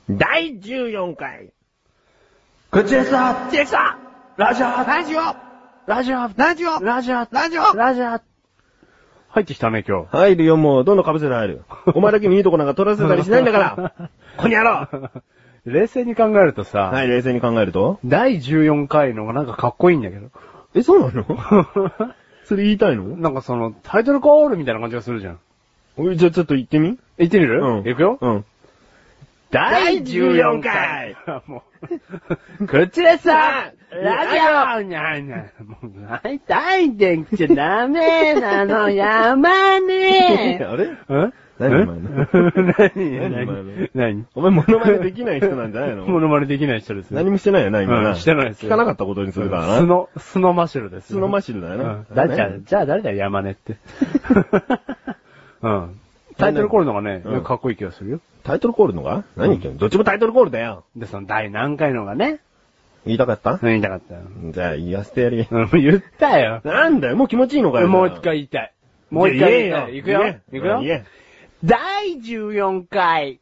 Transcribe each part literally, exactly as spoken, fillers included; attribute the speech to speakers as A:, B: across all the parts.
A: だいじゅうよんかい。
B: 口エサ
A: チェクサ
B: ラジオ
A: ラジオ
B: ラジオ
A: ラジオ
B: ラジオ
A: ラジオ
B: ラジオ入ってきたね、今日。
A: 入るよ、もう。どんどん被せて入る。お前だけにいいとこなんか取らせたりしないんだから。こにやろう
B: 冷静に考えるとさ、
A: はい、冷静に考えると
B: だいじゅうよんかいのがなんかかっこいいんだけど。
A: え、そうなのそれ言いたいの
B: なんかその、タイトルコールみたいな感じがするじゃん。
A: おい、じゃあちょっと言ってみ
B: 言ってみる？
A: うん。
B: 行くよ。
A: うん。
B: だいじゅうよんかいもう、口でさ、ラジオにゃにゃもう、会いたいって言っちゃダメなの、やまねえ。
A: あれ
B: え
A: 何お前の
B: 何
A: 何
B: 何
A: お前モノマネできない人なんじゃないの
B: モノマネできない人ですね。
A: 何もしてないよな、今な。
B: うんしてないですよ
A: 聞かなかったことにするからな。
B: スノ、スノマシュルですよ。
A: スノマシルだよな。
B: うん。だ、じゃあ、じゃあ誰だよ、山根って。うん。タイトルコールのがね、
A: うん
B: かっこいい気がするよ。
A: タイトルコールのが何言ってんのどっちもタイトルコールだよ。
B: で、その第何回のがね、
A: 言いたかった
B: 言いたかったよ。
A: じゃあ言わせてやり。
B: うん、言ったよ。
A: なんだよ、もう気持ちいいのかよ。
B: もう一回言いたい。もう一回言いたい。行くよ。
A: 言え
B: 行くよ。
A: 言え
B: だいじゅうよんかい。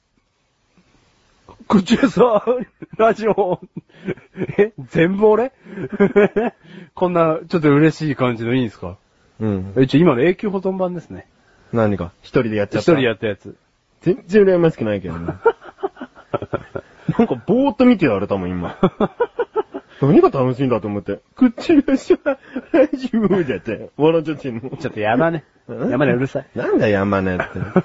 B: 口でさ、ラジオ。え全部俺こんな、ちょっと嬉しい感じのいいんですか？
A: うん。
B: え、ちょ、今の永久保存版ですね。
A: 何か、一人でやっちゃ
B: 一
A: った。
B: 人やったやつ。
A: 全然羨ましくないけどね。なんかぼーっと見てやれたもん、今。何が楽しいんだと思って。口がしゃ、ラジオじゃって。笑っちゃってんの。
B: ちょっと山根。
A: うん
B: 山根うるさい。
A: なんだ山根って。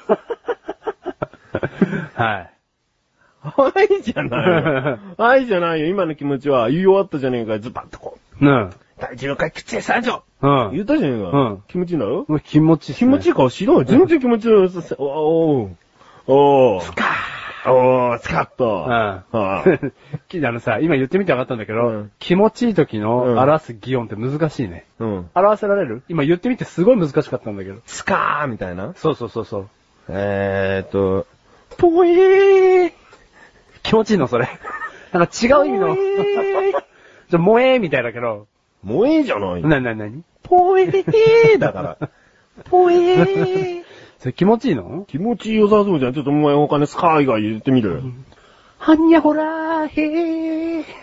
B: はい。
A: はいじゃないよ。はいじゃないよ。今の気持ちは言い終わったじゃねえか。ズバッとこう。
B: うん。
A: だいじゅうよんかい口でさんじょ
B: うん。
A: 言ったじゃねえか。
B: うん
A: 気持ちいいんだろ
B: もう気持ちいいっすね。
A: 気持ちいい顔しろよ。全然気持ちいいよ。おー。おー。スカー。おー、スカッと。
B: うん。
A: あ
B: あのさ、今言ってみて分かったんだけど、
A: うん
B: 気持ちいい時
A: うん
B: の表す擬音って難しいね。
A: うん。
B: 表せられる？今言ってみてすごい難しかったんだけど。
A: スカーみたいな。
B: そうそうそうそう。
A: えーっと、ぽえー。
B: 気持ちいいのそれ。なんか違う意味の。
A: ぽえー。
B: じゃ、萌えみたいだけど。
A: 萌えじゃない。
B: なになになに
A: ぽえーだから。ぽえー。
B: それ気持ちいいの？
A: 気持ちいい良さそうじゃん。ちょっとお前他のスカー以外言ってみる。
B: はんにゃほらー、へー。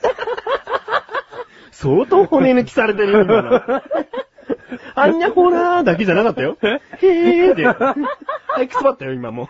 A: 相当骨抜きされてるよ、今の。あんにゃほらーだけじゃなかったよ。へーで。はい、くすばったよ、今もう。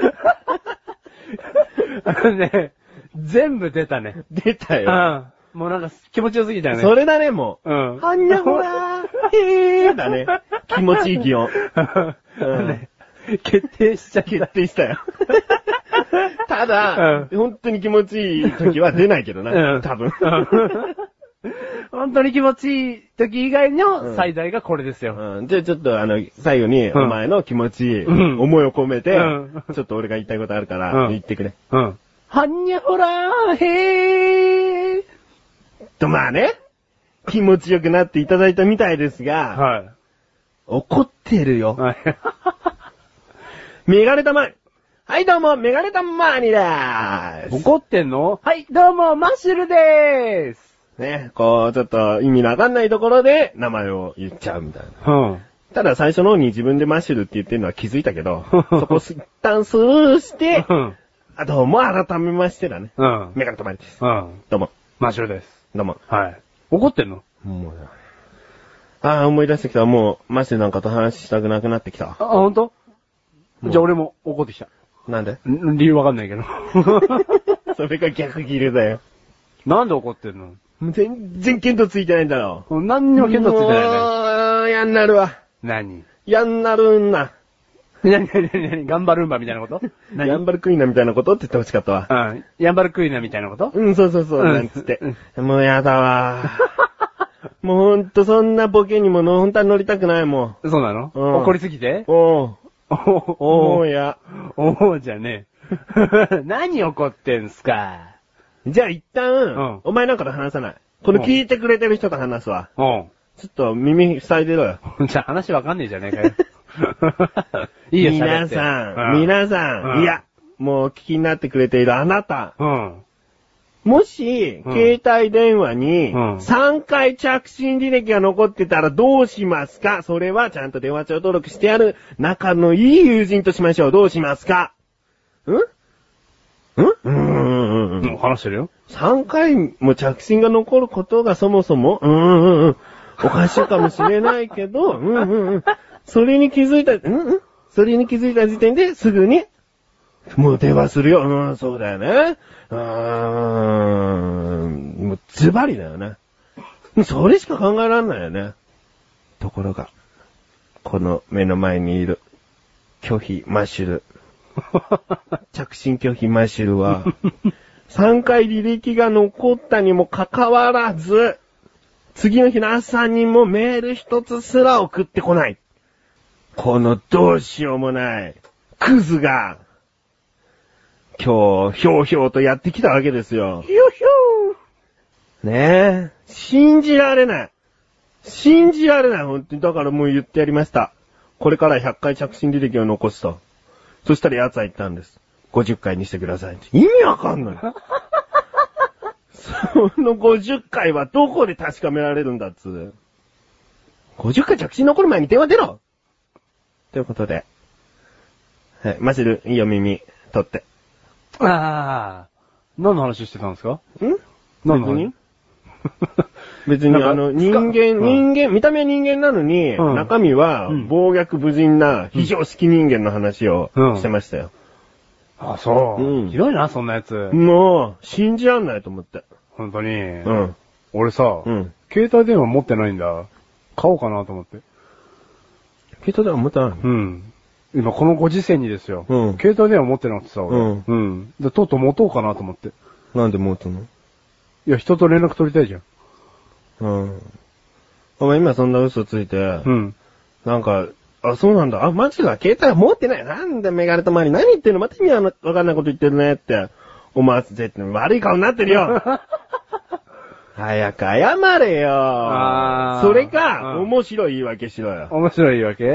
B: あのね、全部出たね。
A: 出たよ。
B: うん。もうなんか気持ちよすぎたよね。
A: それだね、もう。
B: うん。
A: あんにゃほらー、へーだね。気持ちいい気温。うん
B: ね決定しちゃった。
A: 決定したよ。ただ、
B: うん
A: 本当に気持ちいい時は出ないけどな、
B: うん
A: 多分。
B: 本当に気持ちいい時以外の最大がこれですよ。
A: うん、じゃあちょっとあの、最後に、
B: うん
A: お前の気持ちいい、
B: うん
A: 思いを込めて、
B: うん
A: ちょっと俺が言いたいことあるから、
B: うん
A: 言ってくれ。
B: うん。はんにゃほらー、へー。
A: と、まあね、気持ちよくなっていただいたみたいですが、
B: はい。
A: 怒ってるよ。
B: はい。
A: メガネたまーに。はい、どうも、メガネたまーにでーす。
B: 怒ってんの？はい、どうも、マッシュルでーす。
A: ね、こう、ちょっと意味のわかんないところで名前を言っちゃうみたいな。
B: うん。
A: ただ最初の方に自分でマッシュルって言ってるのは気づいたけど、そこ一旦スルーして、
B: うん。
A: あ、どうも改めましてだね。
B: うん。
A: メガネたまーにです。
B: うん。
A: どうも、
B: マッシュルです。
A: どうも。
B: はい。怒ってんの？
A: もうなああ、思い出してきた。もう、マッシュルなんかと話したくなくなってきた。
B: あ、ほんと？じゃあ俺も怒ってきた。
A: なんで
B: ん理由わかんないけど。
A: それが逆ギレだよ。
B: なんで怒ってんの？
A: もう全然見当ついてないんだろ。
B: 何にも見当ついてないね。
A: もう、やんなるわ。
B: 何？
A: やんなるんな。
B: 何何何何頑張るんばみたいなこと
A: やんばるクイーナみたいなことって言ってほしかったわ。
B: うん。やんばるクイーナみたいなこと
A: うん、そうそうそう、
B: うん
A: なんつって。もうやだわ。もうほんとそんなボケにもの、ほんとは乗りたくないもん。
B: そうなの？
A: うん
B: 怒りすぎて
A: おう。
B: お
A: もうや。
B: おうじゃねえ。何怒ってんすか？
A: じゃあ一旦、
B: うん
A: お前なんかと話さない。この聞いてくれてる人と話すわ。
B: うん。
A: ちょっと耳塞いでろよ。
B: じゃあ話わかんねえじゃねえかよ。いいよ、喋
A: 皆
B: って
A: さん、
B: うん
A: 皆さん、
B: うん
A: いや、もう聞きになってくれているあなた。
B: うん。
A: もし、
B: うん
A: 携帯電話に
B: うん
A: さんかい着信履歴が残ってたらどうしますか？それはちゃんと電話帳登録してある仲のいい友人としましょう。どうしますか？んん
B: 話してるよ。
A: さんかいも着信が残ることがそもそも、うんうんうん、おかしいかもしれないけど、うんうんうん、それに気づいた、うんうん、それに気づいた時点ですぐに、もう電話するよ。うん、そうだよね。うーん、もうズバリだよね。それしか考えられないよね。ところが、この目の前にいる、拒否マッシュル。着信拒否マッシュルは、さんかい履歴が残ったにもかかわらず、次の日の朝にもメール一つすら送ってこない。このどうしようもない、クズが、今日、ひょうひょうとやってきたわけですよ。
B: ひょひょ
A: ー。ねえ、信じられない。信じられない、本当に。だからもう言ってやりました。これからひゃっかい着信履歴を残すと。そしたら奴は言ったんです。ごじゅっかいにしてくださいって。意味わかんない。そのごじゅっかいはどこで確かめられるんだっつう。ごじゅっかい着信残る前に電話出ろということで。はい、マシル、いいよ耳、取って。
B: ああ。何の話してたんですか？ん
A: 何の話？別にあの、人間、人間、見た目は人間なのに、うん、中身は、暴虐無人な、非常識人間の話をしてましたよ。
B: うん、あ、そう。うん、ひどいな、そんなやつ。
A: もう、信じらんないと思って。
B: 本当に。
A: うん。
B: 俺さ、うん、携帯電話持ってないんだ。買おうかなと思って。
A: 携帯電話持ってないの？
B: うん。今このご時世にですよ。うん。携帯電話持ってなくてさ、俺。うん。うん。で、とうとう持とうかなと思って。
A: なんで持つの？
B: いや、人と連絡取りたいじゃん。
A: うん。お前今そんな嘘ついて、うん。なんか、あ、そうなんだ。あ、マジか。携帯持ってない。なんでメガネと周り何言ってんの？また意味わかんないこと言ってるねって。思わせて、悪い顔になってるよ。早く謝れよ。あそれか、うん、面白い言い訳しろよ。
B: 面白い言い訳？うん。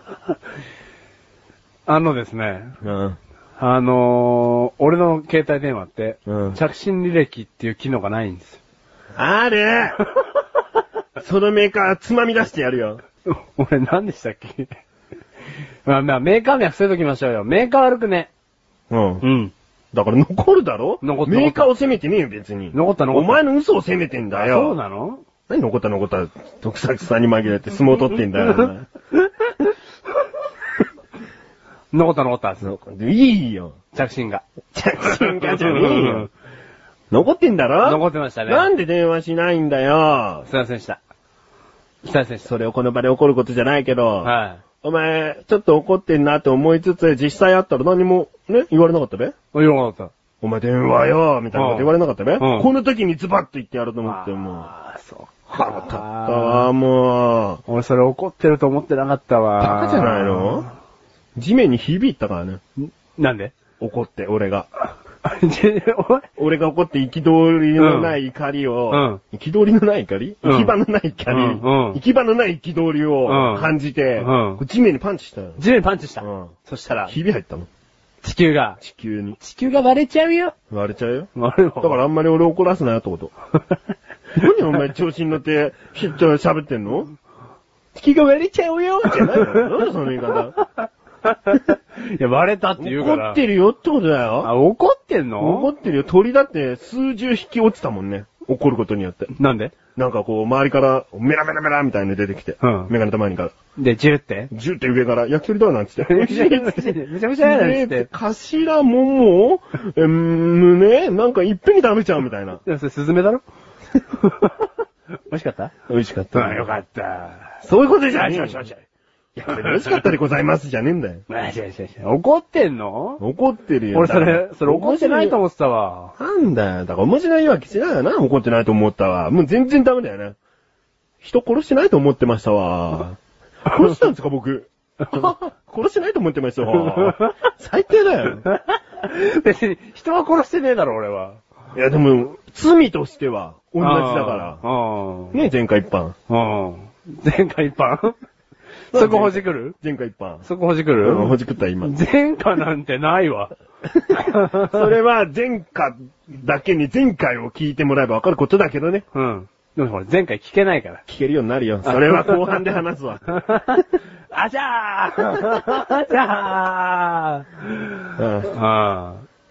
B: あのですね。うん。あのー、俺の携帯電話って、うん、着信履歴っていう機能がないんです。
A: あるそのメーカーつまみ出してやるよ。
B: 俺何でしたっけまあまあメーカー名は伏せときましょうよ。メーカー悪くね。
A: うん。うん。だから残るだろ？残った。メーカーを責めてねえよ別に。
B: 残った残った。
A: お前の嘘を責めてんだよ。
B: そうなの？
A: 何残った残った。徳作さんに紛れて相撲取ってんだよ。
B: 残った残った。
A: いいよ。
B: 着信が。
A: 着信がじゃねえよ。残ってんだろ？
B: 残ってましたね。
A: なんで電話しないんだよ。
B: すいませんでした。すいませんでした。
A: それをこの場で怒ることじゃないけど。
B: はい。
A: お前、ちょっと怒ってんなって思いつつ、実際会ったら何も、ね、言われなかったべ？
B: 言わなかった。
A: お前電話よみたいなこと言われなかったべ？うん。この時にズバッと言ってやると思って、もう。ああ、そう。腹立ったわ、もう。
B: 俺それ怒ってると思ってなかったわ。
A: バカじゃないの？地面に響いたからね。
B: なんで？
A: 怒って、俺が。俺が怒って憤りのない怒りを、憤りのない怒り？行き場のない怒り、行き場のない憤りを感じて、地面にパンチしたよ。
B: 地面にパンチした。そしたら、
A: ひび入ったの。
B: 地球が。
A: 地球に。
B: 地球が割れちゃうよ。
A: 割れちゃうよ。割れだからあんまり俺怒らすなよってこと。何お前調子に乗って、ひっちょ喋ってんの？地球が割れちゃうよじゃないよ。なんでその言い方？
B: いや、割れたって言うから。
A: 怒ってるよってことだよ。
B: あ、怒ってんの？
A: 怒ってるよ。鳥だって数十匹落ちたもんね。怒ることによって。
B: なんで？
A: なんかこう、周りから、メラメラメラみたいに出てきて。うん。メガネた前にから。
B: で、ジュって？
A: ジュって上から、焼き鳥だなんつって。
B: めちゃめちゃめちゃやなんつって。
A: 頭、もも、え、胸、なんかいっぺんに食べちゃうみたいな。
B: いや、それスズメだろ？美味しかった？
A: 美味しかった。
B: あ、よかった。
A: そういうことじゃん。よしよしよし。いや、美味しかったでございますじゃねえんだよ。
B: 怒ってんの？
A: 怒ってるよ。
B: 俺それ、それ怒ってないと思ってたわ。
A: なんだよ。だから面白い言い訳しないよな。怒ってないと思ったわ。もう全然ダメだよね。人殺してないと思ってましたわ。殺したんですか僕。殺してないと思ってましたわ。最低だよ。
B: 別に人は殺してねえだろ俺は。
A: いやでも、罪としては同じだから。ねえ、前回一般。
B: 前回一般そこほじくる？
A: 前回一般。
B: そこほじくる？
A: うん、ほじくった今。
B: 前科なんてないわ。
A: それは前科だけに前回を聞いてもらえばわかることだけどね。
B: うん。でもほら、前回聞けないから。
A: 聞けるようになるよ。それは後半で話すわ。
B: あちゃーあちゃーうん。いや、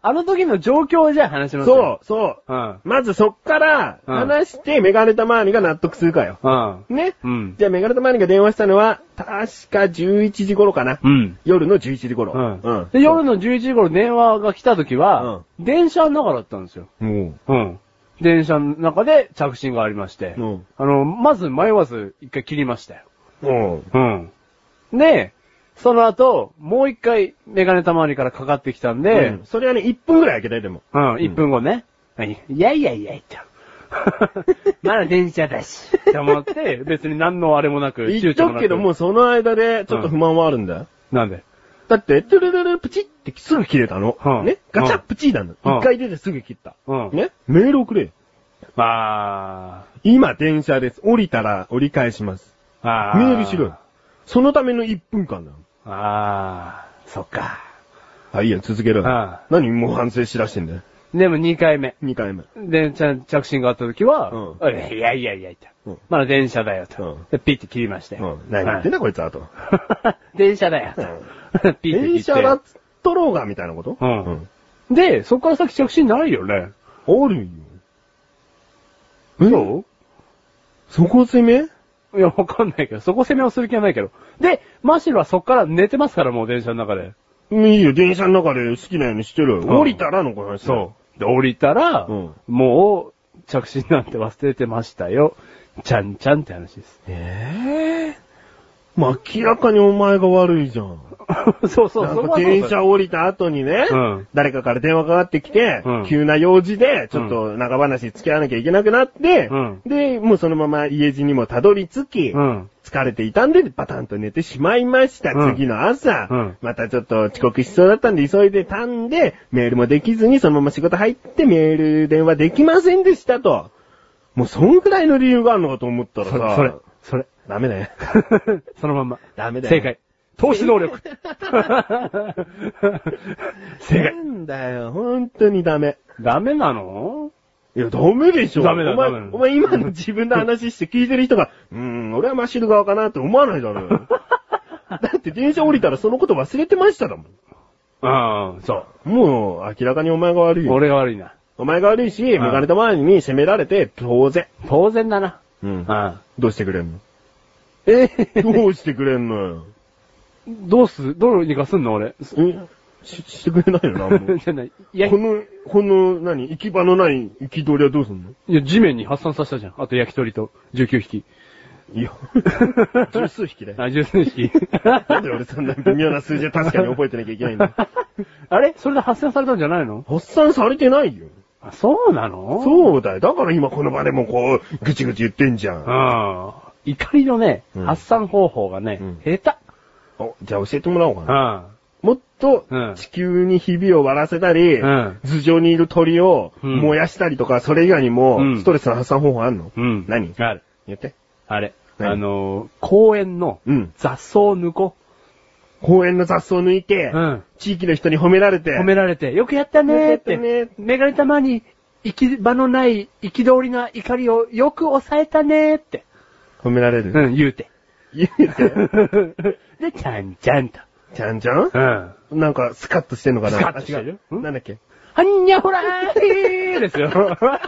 B: あの時の状況をじゃあ話します
A: そ
B: よ。
A: う、そう。
B: うん。
A: まずそっから話してメガネたまわりが納得するかよ。
B: うん。
A: ね。
B: うん。
A: じゃあメガネたまわりが電話したのは、確かじゅういちじ頃かな。
B: うん。
A: 夜のじゅういちじ頃。
B: うん。
A: うん。
B: で、夜のじゅういちじ頃電話が来た時は、電車の中だったんですよ。
A: も
B: うん。電車の中で着信がありまして、
A: うん。
B: あの、まず迷わず一回切りましたよ。
A: う。うん。
B: うん。で、その後、もう一回メガネたまわりからかかってきたんで、
A: うん、それはね、いっぷんぐらい開けたいでも。
B: うん、いっぷんごね。うん、いやいやいやいや、まだ電車だし。って思って、別に何のあれもなく、
A: 言っとくけど、もうその間でちょっと不満はあるんだよ。
B: うん、なんで
A: だって、トゥルルルプチってすぐ切れたの。
B: うん、
A: ねガチャップチーなの。一、うん、回出てすぐ切った。
B: うん、
A: ねメール送れ。
B: あー。
A: 今電車です。降りたら折り返します。
B: あー。
A: メールしろよ。そのためのいっぷんかんだ。
B: あー、そっか。
A: はい、いや、続けろ。
B: あ
A: 何もう反省しだしてんだよ。
B: でもにかいめ。
A: にかいめ。
B: で、ちゃん、着信があった時は、
A: うん、
B: いやいやいやいや、
A: うん、
B: まだ電車だよと。
A: うん、
B: で、ピッて切りまして。
A: うん、何言ってんだ、こいつはと。
B: 電車だよと。
A: うん、
B: ピッて切って。
A: 電車だっとろうが、みたいなこと、
B: うん、うん。で、そっから先着信ないよね。
A: あるよ。
B: そう
A: そこ攻め
B: いや、わかんないけど、そこ攻めをする気はないけど。で、マシルはそっから寝てますから、もう電車の中で。
A: いいよ、電車の中で好きなようにしてる。降りたらの話。
B: そう。で、降りたら、うん、もう、着信なんて忘れてましたよ。ちゃんちゃんって話です。
A: ええー。まあ、明らかにお前が悪いじゃん。
B: そうそうそう。
A: 電車降りた後にね、うん、誰かから電話かかってきて、うん、急な用事で、ちょっと長話付き合わなきゃいけなくなって、うん、で、もうそのまま家路にもたどり着き、うん、疲れていたんで、パタンと寝てしまいました。うん、次の朝、うん、またちょっと遅刻しそうだったんで急いでたんで、メールもできずにそのまま仕事入ってメール電話できませんでしたと。もうそんくらいの理由があるのかと思ったらさ、
B: それ、それ。
A: ダメだよ。
B: そのまんま。
A: ダメだよ。
B: 正解。投資能力。正解。
A: なんだよ、本当にダメ。
B: ダメなの？
A: いや、ダメでしょ。
B: ダメだ、
A: お前、
B: ダメだ。
A: お前今の自分の話して聞いてる人が、うーん、俺はマシル側かなって思わないだろうよ。だって電車降りたらそのこと忘れてましただもん。
B: ああ、そう。
A: もう、明らかにお前が悪いよ。
B: 俺が悪いな。
A: お前が悪いし、メガネた周りに責められて当然。
B: 当然だな。
A: うん。ああどうしてくれんの？
B: え
A: どうしてくれんのよ。
B: どうす、どうにかすんの俺。
A: えし、してくれないよな、もう。
B: じゃない。いや、
A: この、この、何行き場のない行き通りはどうすんの？
B: いや、地面に発散させたじゃん。あと焼き鳥とじゅうきゅうひき。
A: いや、十数匹だよ。
B: あ、十数匹。
A: なんで俺そんな微妙な数字は確かに覚えてなきゃいけないんだ。
B: あれそれで発散されたんじゃないの？
A: 発散されてないよ。
B: あ、そうなの？
A: そうだよ。だから今この場でもこう、ぐちぐち言ってんじゃん。
B: ああ。怒りのね、うん、発散方法がね、うん、下手。
A: お、じゃあ教えてもらおうかな。
B: ああ
A: もっと、地球にひびを割らせたり、うん、頭上にいる鳥を燃やしたりとか、それ以外にも、ストレスの発散方法あるの？
B: うん。
A: 何？
B: ある。
A: 言って。
B: あれ。あのー、公園の雑草を抜こ
A: う。公園の雑草を抜いて、うん、地域の人に褒められて。
B: 褒められて、よくやったねーって。ね、メガネたまに行き場のない憤りな怒りをよく抑えたねーって。
A: 褒められる？
B: うん、言うて。
A: 言うて。
B: で、ちゃんちゃんと。
A: ちゃんちゃん？うん。なんか、スカッとしてんのかな？
B: スカッとしてる？
A: なんだっけ？
B: はんにゃほらーですよ。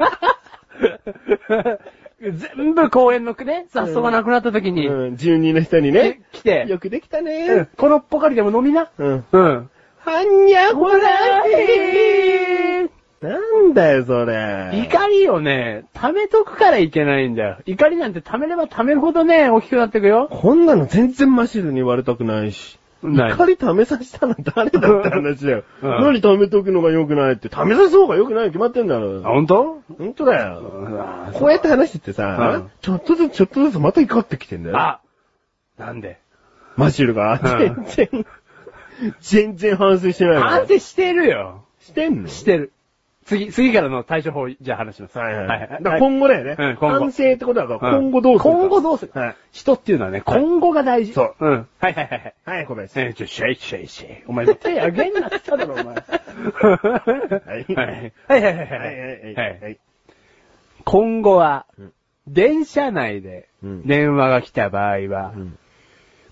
B: 全部公園のね、雑草がなくなった時に。
A: うん、住人の人にね。
B: 来て。
A: よくできたね
B: ー。うん。このポカリでも飲みな。
A: うん。
B: うん。
A: はんにゃほらー。なんだよ、それ。
B: 怒りをね、溜めとくからいけないんだよ。怒りなんて溜めれば溜めるほどね、大きくなってくよ。
A: こんなの全然マシルに言われたくないし。怒り溜めさせたの誰だって話だよ。うん、何溜めとくのが良くないって。溜めさす方が良くないに決まってんだろ。
B: あ、ほんと？
A: ほんとだよ。こうやって話しててさ、うん、ちょっとずつちょっとずつまた怒ってきてんだよ。
B: あ、なんで？
A: マシルが、全然、うん、全然反省してない。
B: 反省してるよ。
A: してんの？
B: してる。次、次からの対処法、じゃあ話します。
A: はいはい。はい、だから今後だよね。うん、今後。反省ってことだから、今後どうするか。
B: 今後どうするか。はい。人っていうのはね、今後が大事。
A: そう。
B: うん。はいはいはい。
A: はい、小林。
B: え、ちょ、シェイシェイシェイ。お前も手あげんなって言っただろ、お前。はい。はいはいはいはい。はいはいはい。今後は、電車内で電話が来た場合は、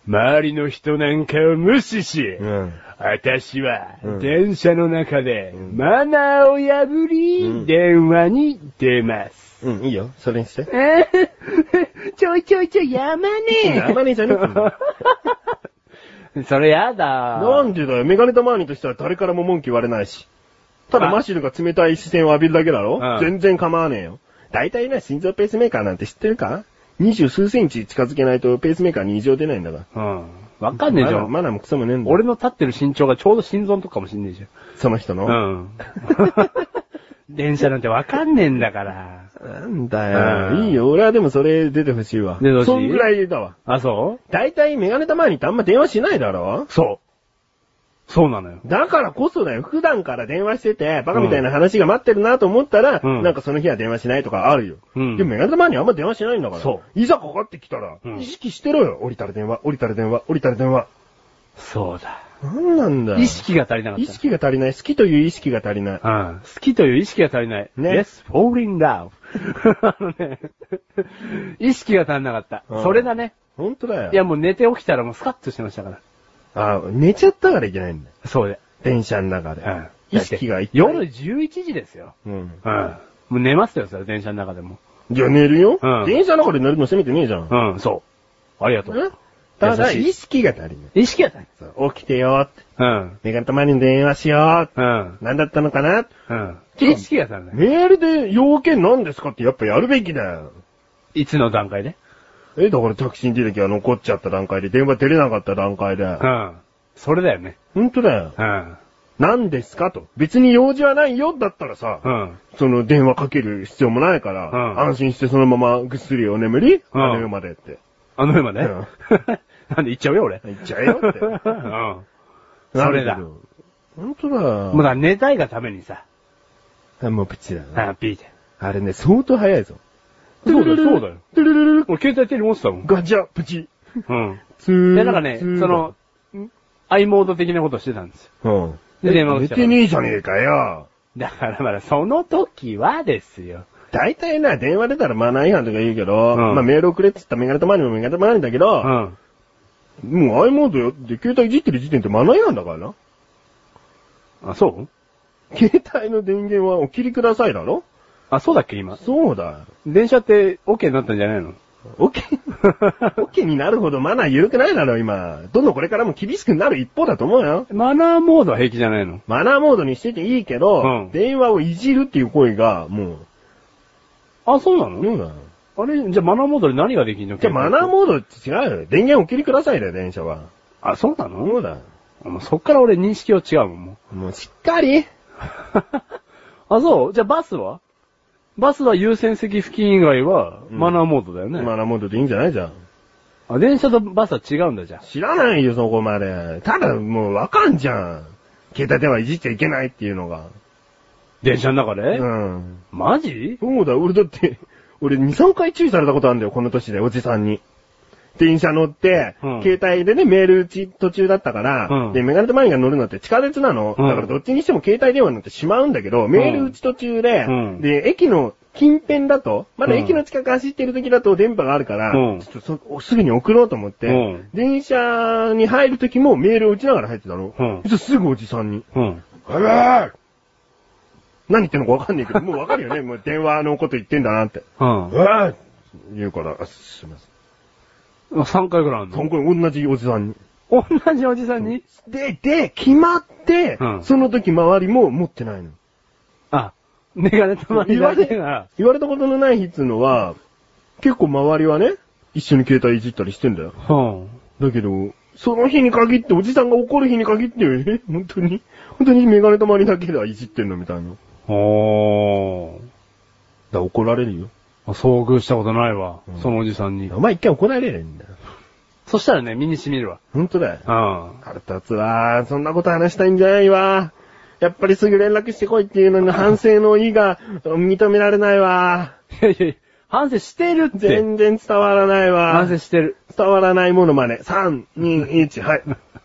B: 周りの人なんかを無視し、
A: うん。
B: 私は
A: うん
B: 電車の中で
A: うん
B: マナーを破り、
A: うん
B: 電話に出ます。
A: うん、いいよ。それにして。
B: ちょいちょいちょいやまねえ。
A: やまねえじゃねえ。
B: それやだ。
A: なんでだよ。メガネたまわりとしては誰からも文句言われないし。ただ
B: あ
A: マシルが冷たい視線を浴びるだけだろ、
B: うん
A: 全然構わねえよ。大体な、心臓ペースメーカーなんて知ってるか二十数センチ近づけないとペースメーカーに異常出ないんだから。
B: うん。わかんねえじゃん。
A: まだもクソもねえんだ。
B: 俺の立ってる身長がちょうど心臓のとこかもしんねえじ
A: その人の。
B: ゃん。うん。電車なんてわかんねえんだから。
A: なんだよ、
B: うん
A: いいよ。俺はでもそれ出てほしいわ。
B: 出てほしい
A: そんぐらいだわ。
B: あ、そう
A: 大体メガネたまわりってあんま電話しないだろ
B: そう。そうなのよ。
A: だからこそだよ。普段から電話してて、バカみたいな話が待ってるなと思ったら、
B: うん
A: なんかその日は電話しないとかあるよ。
B: うん
A: でもメガネたまわりにあんま電話しないんだから。
B: そ
A: いざかかってきたら、
B: うん
A: 意識してろよ。降りたら電話、降りたら電話、降りたら電話。
B: そうだ。
A: なんなんだよ。
B: 意識が足りなかった。
A: 意識が足りない。好きという意識が足りない。
B: うん。好きという意識が足りない。
A: ね
B: Yes, fall in love. あのね、意識が足りなかった。
A: うん
B: それだね。
A: ほんとだよ。
B: いやもう寝て起きたらもうスカッとしてましたから。
A: あ、寝ちゃったからいけないんだよ。
B: そうで。
A: 電車の中で。
B: うん。
A: 意識がいっ
B: 夜じゅういちじですよ。
A: うん。
B: うん。もう寝ますよ、それ、電車の中でも。
A: じゃあ寝るよ、
B: うん
A: 電車の中で寝るの責めてねえじゃん。
B: うん、そう。ありがとう。
A: えただ、
B: 優しい
A: 意識が足りない。
B: 意識が足り
A: そう起きてよって。
B: うん。
A: メガネたまに電話しようって。
B: うん。
A: なんだったのかな
B: うん。意識が足りない。
A: メールで要件何ですかってやっぱやるべきだよ。
B: いつの段階で
A: え、だからタクシーに出る時は残っちゃった段階で、電話出れなかった段階で。
B: うん。それだよね。
A: ほんとだよ。
B: うん。
A: 何ですかと。別に用事はないよだったらさ、
B: うん。
A: その電話かける必要もないから、
B: うん
A: 安心してそのままぐっすりお眠り、
B: うん
A: あの世までって。
B: あの世まで、
A: うん
B: なんで行っちゃうよ、俺。
A: 言っちゃえよって。
B: うん。それだ。も
A: ほんとだよ。
B: うだ、寝たいがためにさ。
A: あもうプチだな。
B: あ、ピーって。
A: あれね、相当早いぞ。
B: そうだよ、そうだよ。
A: トゥルルルル
B: 俺携帯手に持ってたもん。
A: ガチャ、プチ。
B: うん。
A: ツー
B: で、なんかね、そ
A: ツー
B: の、i モード的なことしてたんですよ。
A: うん。
B: で電話が来たから
A: 寝てねえじゃねえかよ。
B: だからまだその時はですよ。
A: 大体な、電話出たらマナー違反とか言うけど、
B: うん
A: まあメールをくれって言ったらメガネたまにもメガネたまにだけど、
B: うん。
A: もう i モードよって携帯いじってる時点ってマナー違反だからな。
B: あ、そう
A: 携帯の電源はお切りくださいだろ
B: あ、そうだっけ、今。
A: そうだ。
B: 電車って OK になったんじゃないの
A: オッケー、オッケーになるほどマナー緩くないだろ、今。どんどんこれからも厳しくなる一方だと思うよ。
B: マナーモードは平気じゃないの
A: マナーモードにしてていいけど、
B: うん
A: 電話をいじるっていう行為が、も
B: あ、そうな
A: う、
B: の
A: そうだよ。
B: あれじゃあマナーモードで何ができんの
A: じゃあマナーモードって違うよ。電源お切りくださいだよ、電車は。
B: あ、そうな
A: そ
B: の
A: うだよ。
B: もうそっから俺認識は違うもん、もう。
A: もうしっかり。
B: あ、そうじゃあバスはバスは優先席付近以外は
A: うん
B: マナーモードだよね。
A: マナーモードでいいんじゃないじゃん。
B: あ、電車とバスは違うんだじゃん。
A: 知らないよ、そこまで。ただ、もうわかんじゃん。携帯電話いじっちゃいけないっていうのが。
B: 電車の中で、
A: うん。
B: マジ
A: そうだ、俺だって、俺に、さんかい注意されたことあるんだよ、この年で、おじさんに。電車乗って、
B: うん
A: 携帯でね、メール打ち途中だったから、
B: うん
A: で、メガネとマニが乗るのって地下鉄なの、
B: うん
A: だからどっちにしても携帯電話になってしまうんだけど、メール打ち途中で、
B: うん
A: で、駅の近辺だと、まだ駅の近く走ってる時だと電波があるから、
B: うん
A: ちょっとそすぐに送ろうと思って、
B: うん
A: 電車に入る時もメールを打ちながら入ってたの。
B: うん
A: そしたらすぐおじさんに、
B: うん。
A: あらー何言ってんのかわかんないけど、もうわかるよね。もう電話のこと言ってんだなって。
B: うん
A: うわー言うから、あすいません。
B: さんかいぐらいあるの
A: そんこれ同じおじさんに。
B: 同じおじさんに
A: で、で、決まって、
B: うん
A: その時周りも持ってないの。
B: あ、メガネたまに
A: 言われ
B: だけが、
A: 言われたことのない日っつうのは、結構周りはね、一緒に携帯いじったりしてんだよ。
B: うん。
A: だけど、その日に限って、おじさんが怒る日に限って、え本当に本当にメガネたまにだけではいじってんのみたいな。だか
B: おー。
A: ら怒られるよ。
B: 遭遇したことないわ、
A: うん
B: そのおじさんに。
A: お前一回怒られるんだよ。
B: そしたらね、身に染みるわ。
A: 本当だよ。
B: うん。
A: 腹立つわ。そんなこと話したいんじゃないわ。やっぱりすぐ連絡してこいっていうのに反省の意が認められないわ。
B: いやいや、反省してるって。
A: 全然伝わらないわ。
B: 反省してる。
A: 伝わらないものまね。さん、に、いち、はい。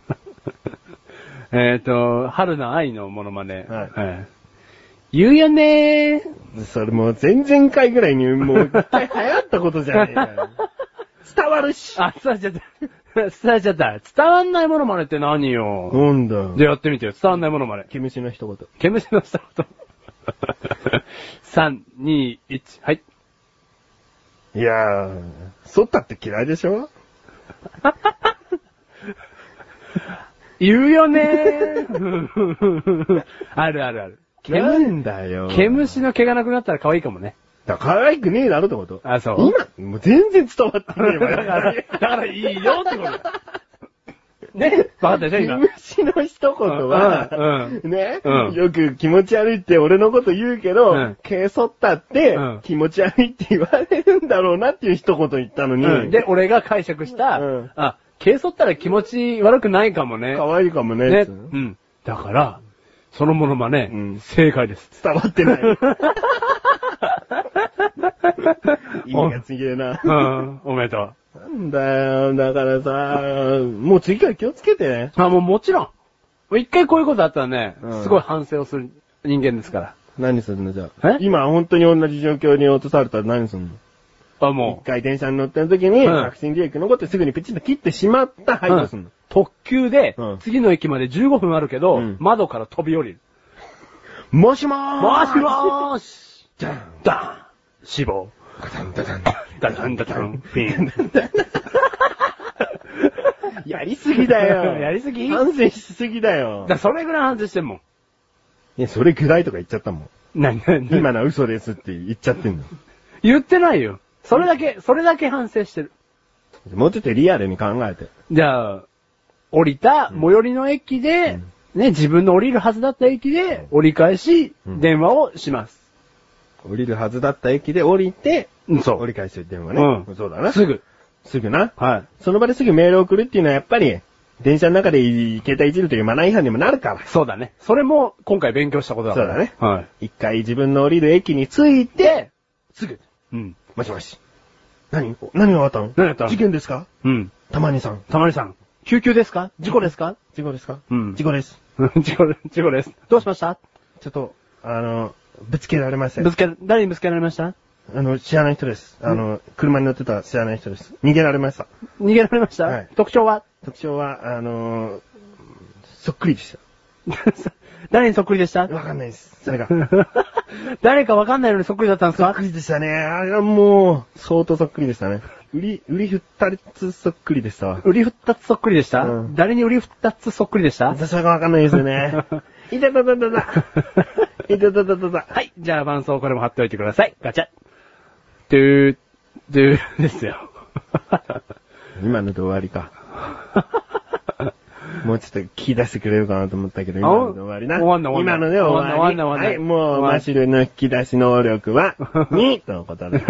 B: えっと、春の愛のモノマネ。
A: はい
B: はい。言うよねー。
A: それもう前々回ぐらいにもう一回流行ったことじゃねえかよ。伝わるし。
B: あ、そうじゃ、 伝えちゃった。伝わんないものまねって何よ。
A: なんだよ。
B: じゃあやってみてよ。伝わんないものまね。
A: 毛虫の一言。
B: 毛虫の一言。さん、に、いち、はい。
A: いやー、剃ったって嫌いでしょ
B: 言うよねー。あるあるある。
A: 毛なんだよ。
B: 毛虫の毛がなくなったら可愛いかもね。
A: だから可愛くねえだろってこと。
B: あ、そう。
A: 今、もう全然伝わってねえわ。
B: だから、だからいいよってことだ。ね、わかったでしょ、今。
A: 毛虫の一言は、
B: うんうん
A: ね、
B: うん
A: よく気持ち悪いって俺のこと言うけど、
B: うん
A: 毛剃ったって
B: うん
A: 気持ち悪いって言われるんだろうなっていう一言言ったのに、
B: うん。で、俺が解釈した、
A: うん
B: あ、毛剃ったら気持ち悪くないかもね。
A: 可愛いかもね
B: ね。
A: つう
B: うん。だから、そのものまね、
A: うん
B: 正解です。
A: 伝わってない。意味がちげえな。
B: うん、おめでとう。
A: なんだよ、だからさ、もう次から気をつけてね。
B: あ、もうもちろん。もう一回こういうことあったらね、
A: うん
B: すごい反省をする人間ですか
A: 何するのじゃあ。
B: え
A: 今本当に同じ状況に落とされたら何するの？
B: ら。あ、
A: 一
B: もう、
A: 回電車に乗ってる時に、
B: うん
A: タクシーブレーキ残ってすぐにピチッと切ってしまったはい、どうすんの？
B: 特急で
A: うん、
B: 次の駅までじゅうごふんあるけど、
A: うん
B: 窓から飛び降りる。
A: もしもー
B: もしもーし
A: じゃん
B: ダン死亡。
A: ダダンダダン
B: ダダンダダンフィン。
A: やりすぎだよ。
B: やりすぎ
A: 反省しすぎだよ。
B: だそれぐらい反省してんもん。
A: いや、それぐらいとか言っちゃったもん。
B: なになに
A: 今のは嘘ですって言っちゃってんの。
B: 言ってないよ。それだけ、それだけ反省してる。
A: もうちょっとリアルに考えて。
B: じゃあ、降りた最寄りの駅で、ね、自分の降りるはずだった駅で、折り返し、
A: うん
B: 電話をします。
A: 降りるはずだった駅で降りて、
B: うんそう
A: 折り返し電話ね。
B: うん
A: そうだな。
B: すぐ。
A: すぐな。
B: はい。
A: その場ですぐメールを送るっていうのはやっぱり、電車の中で携帯いじるというマナー違反にもなるから。
B: そうだね。それも今回勉強したことだから。
A: そうだね
B: はい。
A: 一回自分の降りる駅に着いて、すぐ、
B: うん。
A: もしもし。何何があったの
B: 何があったの
A: 事件ですか
B: うん。
A: たまにさん。
B: たまりさん。救急ですか事故ですか
A: 事故ですか
B: うん
A: 事故です。
B: 事故、事故です。どうしました
A: ちょっと、あの、ぶつけられましたよ。
B: ぶつけ、誰にぶつけられました
A: あの、知らない人です。あの、車に乗ってた知らない人です。逃げられました。
B: 逃げられました、
A: はい
B: 特徴は
A: 特徴は、あのー、そっくりでし
B: 誰にそっくりでした
A: た。わかんないです。それが。
B: 誰かわかんないのにそっくりだったんですか
A: そっくりでしたね。あれはもう、相当そっくりでしたね。売り、売り二つそっくりでしたわ。
B: 売り二つそっくりでした、
A: うん
B: 誰に売り二つそっくりでした
A: 私はわかんないですよね。いたたたたた。いたたたたた。
B: はい。じゃあ、伴奏これも貼っておいてください。ガチャ。ドゥー、ドゥーですよ。
A: 今ので終わりか。もうちょっと聞き出してくれるかなと思ったけど、今ので終わりな。
B: 終わんな終わんな
A: 今ので終わり。
B: 終わんな終わんな
A: はい、もう、
B: 終わん
A: マシルの引き出し能力は、に、とのことで。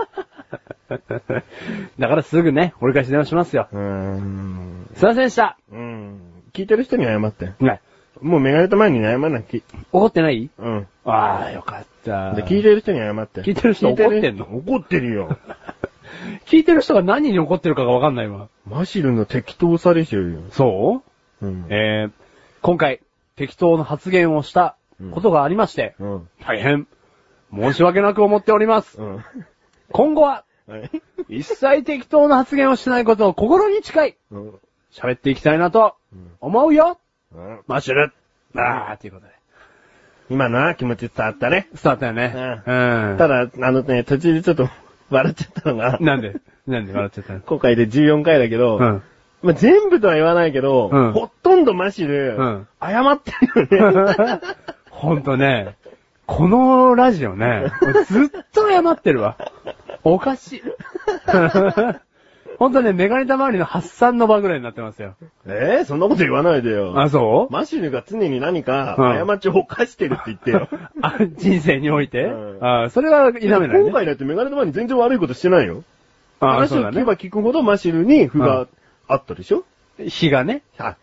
B: だからすぐね、折り返し電話しますよ。
A: うーん。
B: すいませんでした。
A: うん。聞いてる人に謝って。
B: はい。
A: もうメガネと前に謝らなき。
B: 怒ってない
A: うん。
B: ああ、よかった。
A: で、聞いてる人に謝って。
B: 聞いてる人怒ってんの
A: 怒ってるよ。
B: 聞いてる人が何に怒ってるかがわかんないわ。
A: マシルの適当さでしょよ。
B: そう
A: うん。
B: えー、今回、適当な発言をしたことがありまして、
A: うん。
B: 大変、申し訳なく思っております。
A: うん。
B: 今後は、
A: はい。
B: 一切適当な発言をしないことを心に誓い、
A: うん。
B: 喋っていきたいなと
A: うん
B: 思うよ。
A: うん
B: マッシュル。あー、ということで。
A: 今のは気持ち伝わったね。
B: 伝わったよね。うん。
A: ただ、あのね、途中でちょっと笑っちゃったのが、
B: なんでなんで笑っちゃったの
A: 今回でじゅうよんかいだけど、
B: うん。
A: まあ、全部とは言わないけど、
B: うん
A: ほとんどマシル、
B: うん
A: 謝ってるよね。
B: ほんとね、このラジオね、ずっと謝ってるわ。おかしい。ほんとね、メガネたまわりの発散の場ぐらいになってますよ。
A: えー、そんなこと言わないでよ。
B: あ、そう
A: マシルが常に何か
B: うん
A: 過ちを犯してるって言ってよ。
B: あ、人生において、
A: うん
B: あそれは否めないね。
A: 今回だってメガネたまわり全然悪いことしてないよ。
B: あ
A: 話
B: そうだね。
A: を聞けば聞くほどマシルに負があったでしょ、
B: 日がね。
A: あ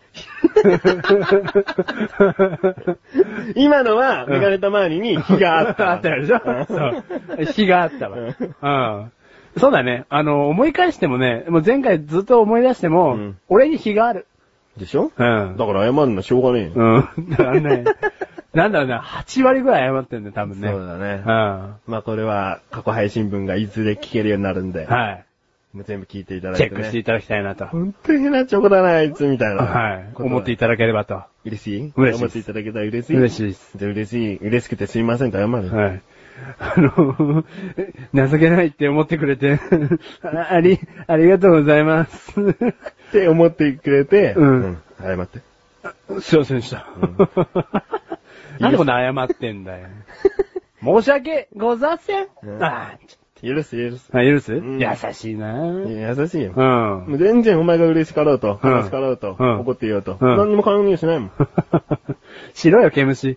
A: 今のは、メガネたまわりに火があった。
B: あったでしょそう。日があったわ。うん。そうだね。あの、思い返してもね、もう前回ずっと思い出しても、
A: うん
B: 俺に日がある。
A: でしょ
B: うん。
A: だから謝るのしょうがねえよ。
B: うん。だからね、なんだろうな、はち割ぐらい謝ってんだよ、多分ね。
A: そうだね
B: うん。。は
A: まあこれは過去配信分がいずれ聞けるようになるんで。
B: い。
A: もう全部聞いていただいて、ね。
B: チェックしていただきたいなと。
A: 本当に変なチョコだな、あいつ、みたいな。
B: はい。思っていただければと。
A: 嬉しい
B: 嬉しいです。
A: 思っていただけたら嬉しい
B: 嬉しいです。
A: じゃあ嬉しい。嬉しくてすいませんと謝る。
B: はい。あの、情けないって思ってくれて、ああり、ありがとうございます。
A: って思ってくれて、
B: うん
A: うん。謝って。
B: すいませんでした。うん、なんでこんな謝ってんだよ。申し訳ございません。うん、あ
A: 許す許す。
B: あ、許す、うん、優しいな
A: ぁ。優しいよ。
B: うん。
A: もう全然お前が嬉しかろうと、悲しかろうと、うん、怒っていようと、うん、何にも関係しないもん。
B: しろよ、毛虫。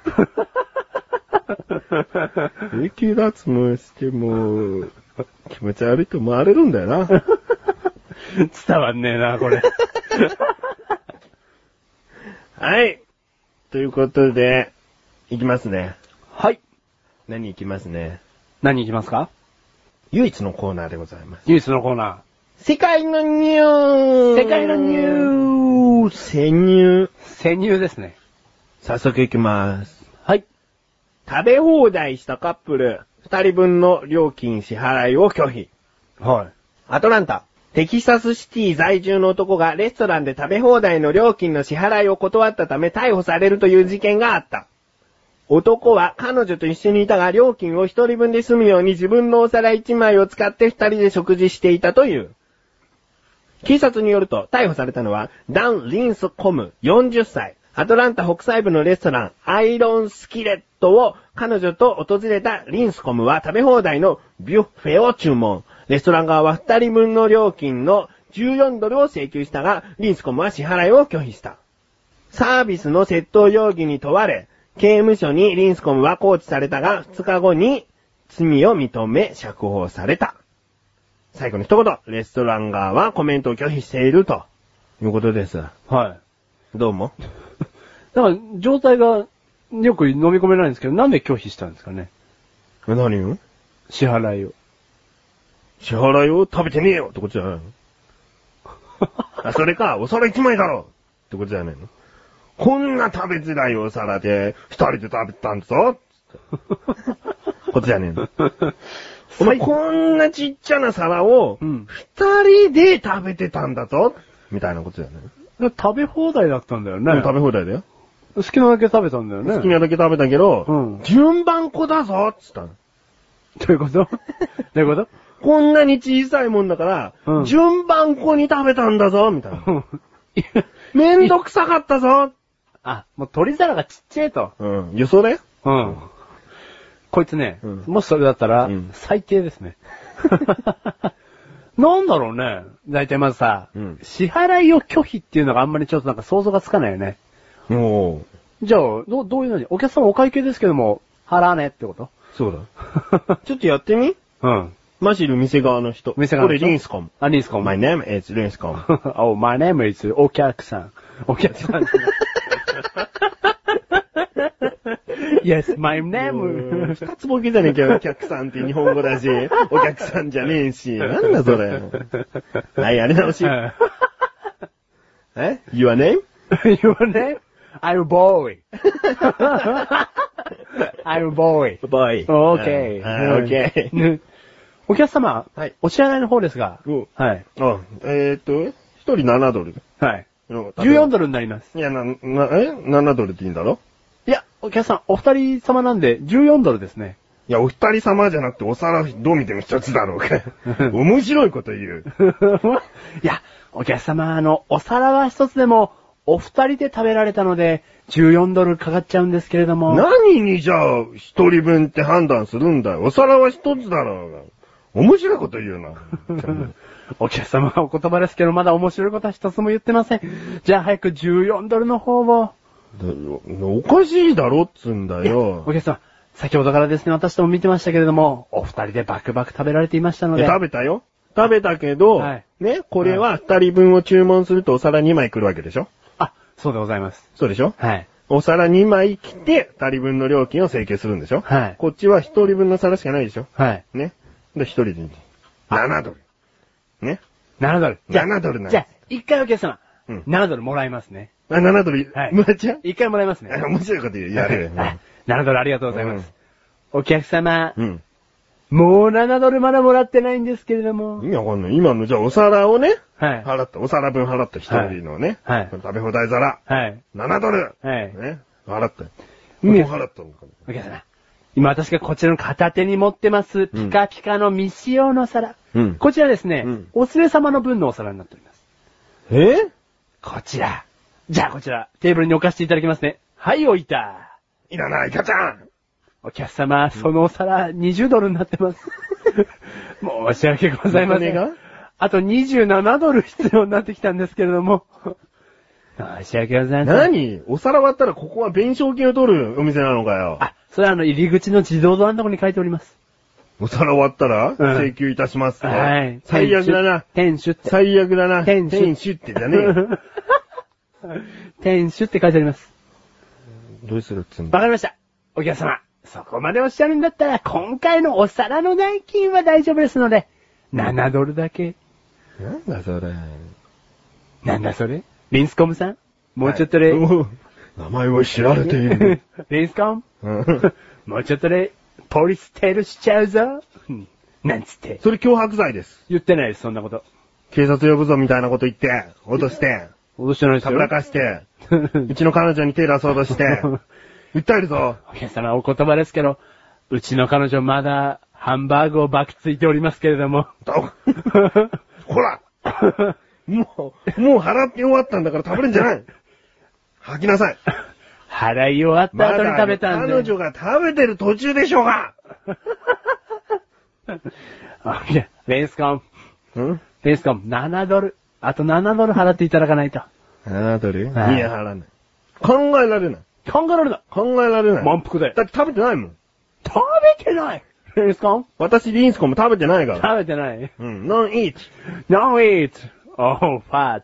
A: 息脱毛しても、気持ち悪いと思われるんだよな。
B: 伝わんねえな、これ。
A: はい。ということで、いきますね。
B: はい。
A: 何いきますね。
B: 何いきますか？
A: 唯一のコーナーでございます。
B: 唯一のコーナー。
A: 世界のニュース
B: 世界のニュース
A: 潜入。
B: 潜入ですね。
A: 早速いきます。
B: はい。
A: 食べ放題したカップル、二人分の料金支払いを拒否。
B: はい。
A: アトランタ。テキサスシティ在住の男がレストランで食べ放題の料金の支払いを断ったため逮捕されるという事件があった。男は彼女と一緒にいたが料金を一人分で済むように自分のお皿一枚を使って二人で食事していたという。警察によると逮捕されたのはダン・リンスコムよんじゅっさい。アトランタ北西部のレストランアイロンスキレットを彼女と訪れたリンスコムは食べ放題のビュッフェを注文。レストラン側は二人分の料金のじゅうよんドルを請求したが、リンスコムは支払いを拒否した。サービスの窃盗容疑に問われ、刑務所にリンスコムは拘置されたが、ふつかごに罪を認め釈放された。最後の一言、レストラン側はコメントを拒否しているということです。
B: はい。
A: どうも
B: だから、状態がよく飲み込めないんですけど、なんで拒否したんですかね？
A: 何を？
B: 支払いを。
A: 支払いを食べてねえよってことじゃないのあ、それか、お皿一枚だろってことじゃないの？こんな食べづらいお皿で、二人で食べたんだぞことじゃねえの。お前こんなちっちゃな皿を、二人で食べてたんだぞみたいなことじゃね
B: え。食べ放題だったんだよね。
A: うん、食べ放題だよ。
B: 好きなだけ食べたんだよね。
A: 好きなだけ食べたけど、
B: うん、
A: 順番こだぞっつったの。
B: どういうことどういうこと
A: こんなに小さいもんだから、うん、順番こに食べたんだぞみたいな。めんどくさかったぞ
B: あ、もう鳥皿がちっちゃいと。
A: うん。予想だよ。
B: うん。こいつね、うん、もしそれだったら、うん、最低ですね。なんだろうね。だいたいまずさ、うん、支払いを拒否っていうのがあんまりちょっとなんか想像がつかないよね。
A: おー。
B: じゃあ、どう、どういうのにお客様お会計ですけども、払わねってこと
A: そうだ。ちょっとやってみ
B: うん。
A: マジル店側の人。
B: 店側の人。
A: これリンスコム。
B: あ、リンスコム。
A: My name is リンスコム。
B: oh, my name is お客さん。お客さん。yes, my name.
A: 二つボケじゃねえかよ、お客さんって日本語だし、お客さんじゃねえし。なんだそれ。はい、あれ直し。え ?Your name?
B: Your name? I'm a boy. I'm a boy.
A: boy.
B: Okay.
A: Okay.
B: お客様、
A: はい、
B: お支払いの方ですが、はい。
A: あ、えー、っと、一人ななドル。
B: はい。じゅうよんドルになります。
A: いや、な、な、え ?なな ドルって言うんだろ？
B: いや、お客さん、お二人様なんで、じゅうよんドルですね。
A: いや、お二人様じゃなくて、お皿どう見ても一つだろうか。面白いこと言う。
B: いや、お客様、あの、お皿は一つでも、お二人で食べられたので、じゅうよんドルかかっちゃうんですけれども。
A: 何にじゃあ、一人分って判断するんだよ。お皿は一つだろうが。面白いこと言うな。
B: お客様はお言葉ですけど、まだ面白いことは一つも言ってません。じゃあ早くじゅうよんドルの方を。
A: おかしいだろっつんだよ。
B: お客様、先ほどからですね、私とも見てましたけれども、お二人でバクバク食べられていましたので。
A: 食べたよ。食べたけど、はい、ね、これは二人分を注文するとお皿にまい来るわけでしょ？
B: あ、そうでございます。
A: そうでしょ？
B: はい。
A: お皿にまい来て、二人分の料金を請求するんでしょ？
B: はい。
A: こっちは一人分の皿しかないでしょ？
B: はい。
A: ね。で、一人でななドル。ね。
B: ななドル。
A: ななドルなんです。
B: じゃあ、一回お客様、うん、ななドルもらいますね。
A: あ、ななドル、
B: はい。
A: もらっちゃう？
B: 一回もらいますね。
A: 面白いこと言う。やれよ。
B: ななドルありがとうございます。うん、お客様、うん、 もうななドルまだもらってないんですけれども。
A: 意味わかんない。今の、じゃあお皿をね、
B: はい。
A: 払った、お皿分払った一人のね、
B: はい。
A: 食べ放題皿、
B: はい。
A: ななドル、
B: はい。
A: ね、払った。
B: うん
A: もう払ったのか
B: お客様。今私がこちらの片手に持ってます、ピカピカの未使用の皿。
A: うん。
B: こちらですね、
A: うん、
B: お連れ様の分のお皿になっております。
A: え
B: こちら。じゃあこちら、テーブルに置かせていただきますね。はい、置いた。
A: いらない、ガチャン
B: お客様、そのお皿、にじゅうドルになってます。申し訳ございません。
A: が
B: あとにじゅうななドル必要になってきたんですけれども。申し訳ございません。
A: 何お皿割ったらここは弁償金を取るお店なのかよ。
B: あ、それはあの、入り口の自動ドアのところに書いております。
A: お皿割ったら、
B: うん
A: 請求いたしますと。
B: はい。
A: 最悪だな。
B: 店主って。
A: 最悪だな。
B: 店主
A: 店主ってじゃねえよ。
B: 店主って書いてあります。
A: どうするっつうんだ。
B: わかりました。お客様、そこまでおっしゃるんだったら、今回のお皿の代金は大丈夫ですので、ななドルだけ。
A: なんだそれ。
B: なんだそれリンスコムさんもうちょっとで、
A: はい、名前を知られている。
B: リンスコムもうちょっとで、ポリステルしちゃうぞ。なんつって。
A: それ脅迫罪です。
B: 言ってないです、そんなこと。
A: 警察呼ぶぞみたいなこと言って、脅して、
B: 脅してないですよ。
A: たぶらかして、うちの彼女に手出そうとして、訴えるぞ。
B: お客様、お言葉ですけど、うちの彼女まだ、ハンバーグをバクついておりますけれども。
A: ほらもう、もう払って終わったんだから食べるんじゃない。吐きなさい。
B: 払い終わった後に食べたんで。
A: 彼女が食べてる途中でしょうが。
B: いや、レンスコム。
A: ん
B: レンスコム、ななドル。あとななドル払っていただかないと。
A: ななドル？いや、
B: はい
A: 払わない。考えられない。
B: 考えられない。
A: 考えられない。
B: 満腹だよ。
A: だって食べてないもん。
B: 食べてないレンスコム
A: 私、リンスコも食べてないから。
B: 食べてない。
A: うん、non eat.
B: No eat. Oh, fat.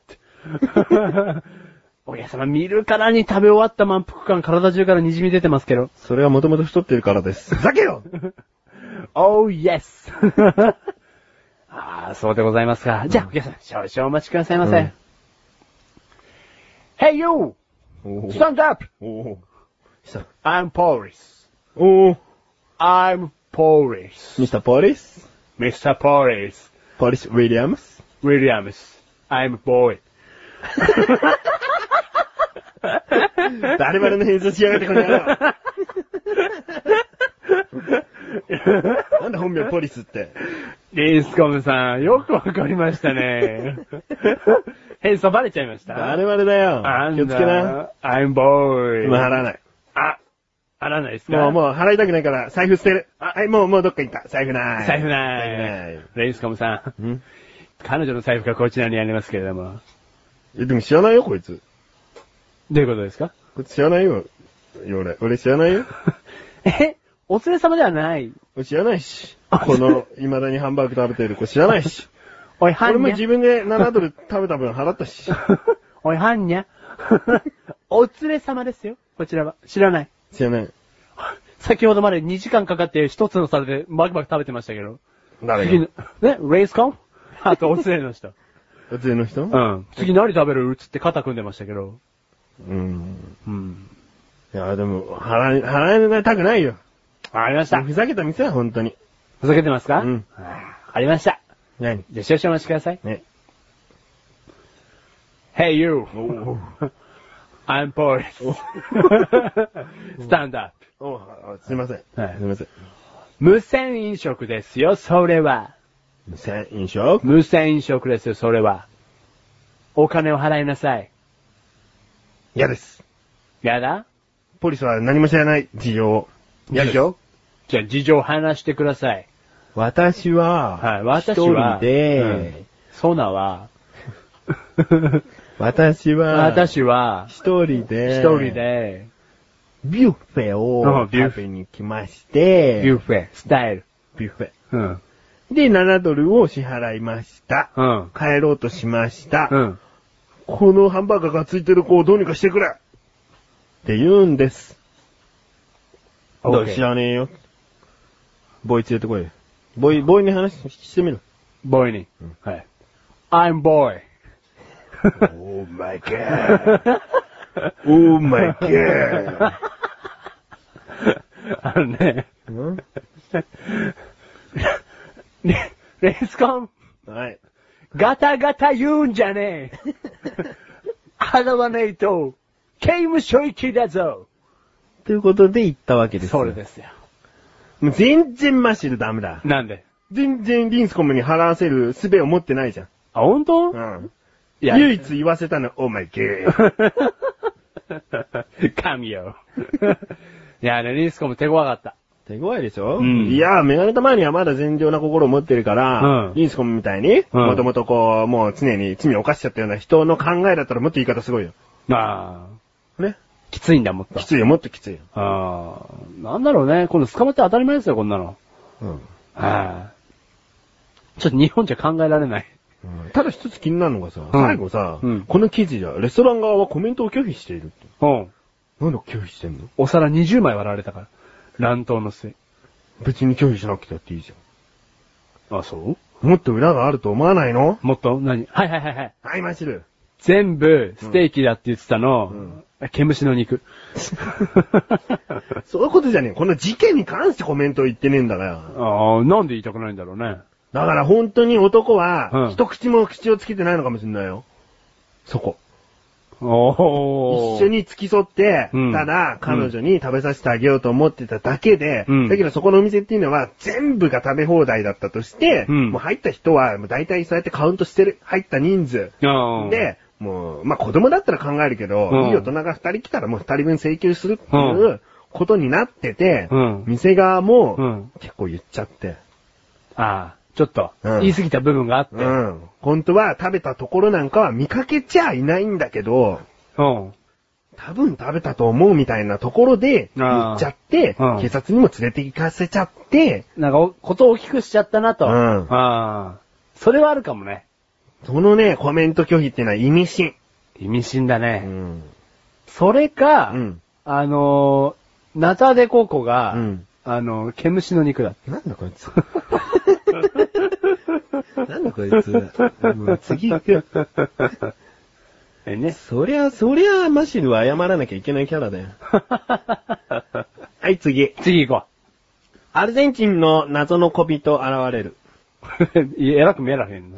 B: お客様、見るからに食べ終わった満腹感、体中から滲み出てますけど。
A: それはもともと太ってるからです。ふざけろ
B: Oh, yes. ああ、そうでございますか。じゃあ、お客さん、少々お待ちくださいませ。うん、Hey, you! Stand up! I'm Polish.
A: おー
B: I'm Polish.
A: ミスター Polish?
B: ミスター Polish.
A: Polish Williams?
B: Williams. I'm boy.
A: 誰までの変装しやがってこの野郎。なんだ本名ポリスって。
B: リンスコムさん、よくわかりましたね。変装バレちゃいました。
A: 誰までだよ。気をつけな。
B: I'm boy.
A: 今払わない。
B: あ、払わないですか？
A: もう、もう払いたくないから財布捨てる。はい、もう、もうどっか行った。財布ない。
B: 財布ない。リンスコムさん。ん彼女の財布がこちらにありますけれども。
A: え、でも知らないよ、こいつ。
B: どういうことですか？
A: こいつ知らないよ。俺、俺知らないよ。
B: えお連れ様ではない。
A: 知らないし。この、未だにハンバーグ食べてる子知らないし。
B: おい、はんにゃ。
A: 俺も自分でななドル食べた分払ったし。
B: おい、はんにゃ。お連れ様ですよ。こちらは。知らない。
A: 知らない。
B: 先ほどまでにじかんかかって一つの皿でバクバク食べてましたけど。
A: 誰が
B: ね、レイスコンあとお連れの人。
A: お連れの人？
B: うん。次何食べるつって肩組んでましたけど。
A: うん。
B: うん。
A: いや、でも、払い、払いたくないよ。
B: わかりました。
A: ふざけた店は本当に。
B: ふざけてますか？
A: うん。
B: わかりました。
A: 何？
B: じゃあ少々お待ちください。
A: ね。
B: Hey you! I'm Boris. Stand up.
A: おすいません。
B: はい。
A: すいません。
B: 無銭飲食ですよ、それは。
A: 無銭飲食？
B: 無銭飲食ですよ、それは。お金を払いなさい。
A: 嫌です。
B: やだ？
A: ポリスは何も知らない事情。
B: 事情？じゃあ事情を話してください。
A: 私は、
B: はい、私は、
A: 一人で、うん、
B: ソナは、
A: 私は、
B: 私は、
A: 一人で、
B: 一人で、
A: ビュッフェを食べに来まして、
B: ビュッフェ、スタイル。
A: ビュッフェ。
B: うん。
A: で、ななドルを支払いました。
B: うん。
A: 帰ろうとしました。
B: うん。
A: このハンバーガーがついてる子をどうにかしてくれって言うんです。どう知らねえよ。ボーイ連れてこい。ボーイ、ボーイに話してみろ。
B: ボーイに。うん、はい。I'm boy.
A: Oh my god. Oh my god.
B: あのね。 レスコン。
A: はい。
B: ガタガタ言うんじゃねえ。払わねえと、刑務所行きだぞ。
A: ということで言ったわけですよ。
B: それですよ。
A: もう全然マシルダメだ。
B: なんで？
A: 全然リンスコムに払わせる術を持ってないじゃん。
B: あ、本当？
A: うん。
B: いや
A: 唯一言わせたのは、オーマイゲー。
B: 神よ。いやね、リンスコム手強かった。
A: 手強いでしょ、
B: うん、
A: いや、メガネたまにはまだ善良な心を持ってるから、うん、リンスコムみたいに、もともとこう、もう常に罪を犯しちゃったような人の考えだったらもっと言い方すごいよ。
B: ああ。
A: ね。
B: きついんだ、もっと。
A: きついよ、もっときついよ。
B: ああ。なんだろうね、今度捕まって当たり前ですよ、こんなの。うん。はい。ちょっと日本じゃ考えられない。
A: うん、ただ一つ気になるのがさ、うん、最後さ、うん、この記事じゃ、レストラン側はコメントを拒否しているって。うん。なんで拒否してんの？
B: お皿にじゅうまい割られたから。乱闘の末。
A: 別に拒否しなくたっていいじ
B: ゃん。あ、そう
A: もっと裏があると思わないの？
B: もっと何？はいはいはいはい。
A: はい、マシル。
B: 全部、ステーキだって言ってたの、うん、毛虫の肉。
A: そういうことじゃねえ。この事件に関してコメントを言ってねえんだから。
B: ああ、なんで言いたくないんだろうね。
A: だから本当に男は、一口も口をつけてないのかもしれないよ。そこ。
B: お
A: 一緒に付き添って、うん、ただ彼女に食べさせてあげようと思ってただけで、うん、だけどそこのお店っていうのは全部が食べ放題だったとして、うん、もう入った人は大体そうやってカウントしてる、入った人数。で、もう、まあ、子供だったら考えるけど、いい大人が二人来たらもう二人分請求するっていうことになってて、店側も結構言っちゃって。
B: ああ。ちょっと、言い過ぎた部分があって。うん。
A: 本当は食べたところなんかは見かけちゃいないんだけど、うん。多分食べたと思うみたいなところで言っちゃって、うん、警察にも連れて行かせちゃって、
B: なんか、ことを大きくしちゃったなと。うん。ああ。それはあるかもね。
A: そのね、コメント拒否っていうのは意味深。
B: 意味深だね。うん。それか、うん、あのー、ナタデココが、うん、あのー、毛虫の肉だ。
A: なんだこいつ。なんだこいつ。もう次行く。
B: えね。
A: そりゃ、そりゃ、マシルは謝らなきゃいけないキャラだよ。はい、次。
B: 次行こう。
A: アルゼンチンの謎の小人現れる。
B: えらく見えらへんな。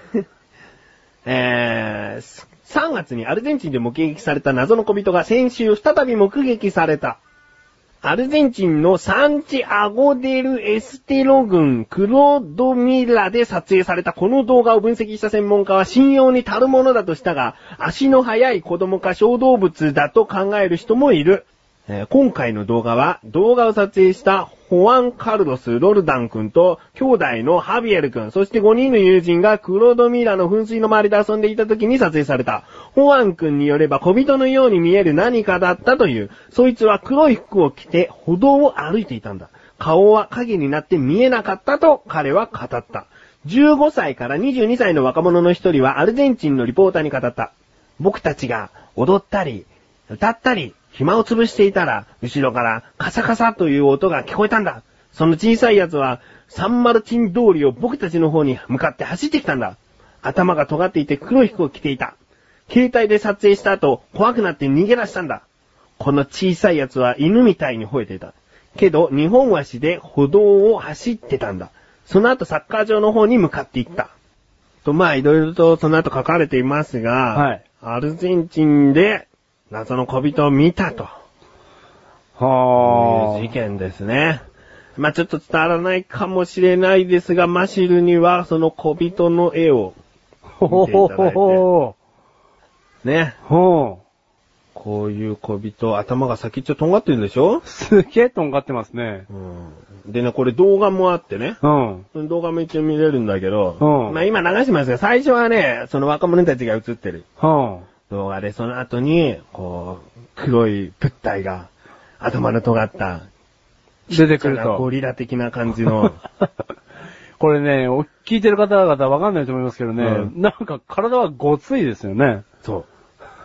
A: えー、さんがつにアルゼンチンで目撃された謎の小人が先週再び目撃された。アルゼンチンのサンチアゴデルエステロ郡クロドミラで撮影されたこの動画を分析した専門家は信用に足るものだとしたが、足の速い子供か小動物だと考える人もいる。えー、今回の動画は動画を撮影したホアン・カルロス・ロルダン君と兄弟のハビエル君、そしてごにんの友人がクロドミラの噴水の周りで遊んでいた時に撮影された。ホアン君によれば小人のように見える何かだったという。そいつは黒い服を着て歩道を歩いていたんだ。顔は影になって見えなかったと彼は語った。じゅうごさいからにじゅうにさいの若者の一人はアルゼンチンのリポーターに語った。僕たちが踊ったり、歌ったり、暇を潰していたら、後ろからカサカサという音が聞こえたんだ。その小さいやつは、サンマルチン通りを僕たちの方に向かって走ってきたんだ。頭が尖っていて黒い服を着ていた。携帯で撮影した後、怖くなって逃げ出したんだ。この小さいやつは犬みたいに吠えていた。けど、二本足で歩道を走ってたんだ。その後サッカー場の方に向かっていった。と、まあ、いろいろとその後書かれていますが、はい、アルゼンチンで、謎の小人を見たと。
B: は
A: ぁ。いう事件ですね。まあ、ちょっと伝わらないかもしれないですが、マシルにはその小人の絵を見ていただいて。ね。
B: ほう。
A: こういう小人、頭が先っちょとんがってるでしょ？
B: すげえとんがってますね。
A: うん。でね、これ動画もあってね。うん。動画も一応見れるんだけど、うん。まあ、今流しますが、最初はね、その若者たちが映ってる。うん。動画で、その後に、こう、黒い物体が、頭の尖った、
B: 出てくると。
A: ゴリラ的な感じの。
B: これね、聞いてる方々わかんないと思いますけどね、うん、なんか体はごついですよね。
A: そう。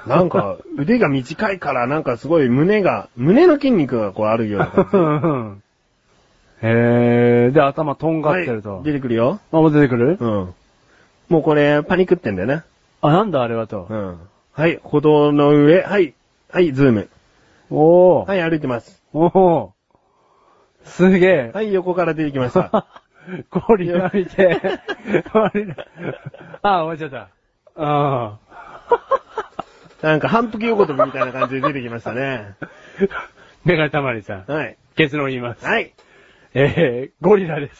A: なんか、腕が短いから、なんかすごい胸が、胸の筋肉がこうあるような感
B: じ。へー、で、頭とんがってると。
A: はい、出てくるよ。
B: あ、もう出てくる？
A: うん。もうこれ、パニックってんだよね。
B: あ、なんだあれはと。
A: うん。はい、歩道の上、はい、はい、ズーム。
B: おー。
A: はい、歩いてます。
B: おー。すげえ。
A: はい、横から出てきました。
B: ゴリラ見て、ゴリラ。あ、終わっちゃった。ああ。
A: なんか反復横跳びみたいな感じで出てきましたね。
B: メガネたまりさん。
A: はい。
B: 結論言います。
A: はい。
B: えー、ゴリラです。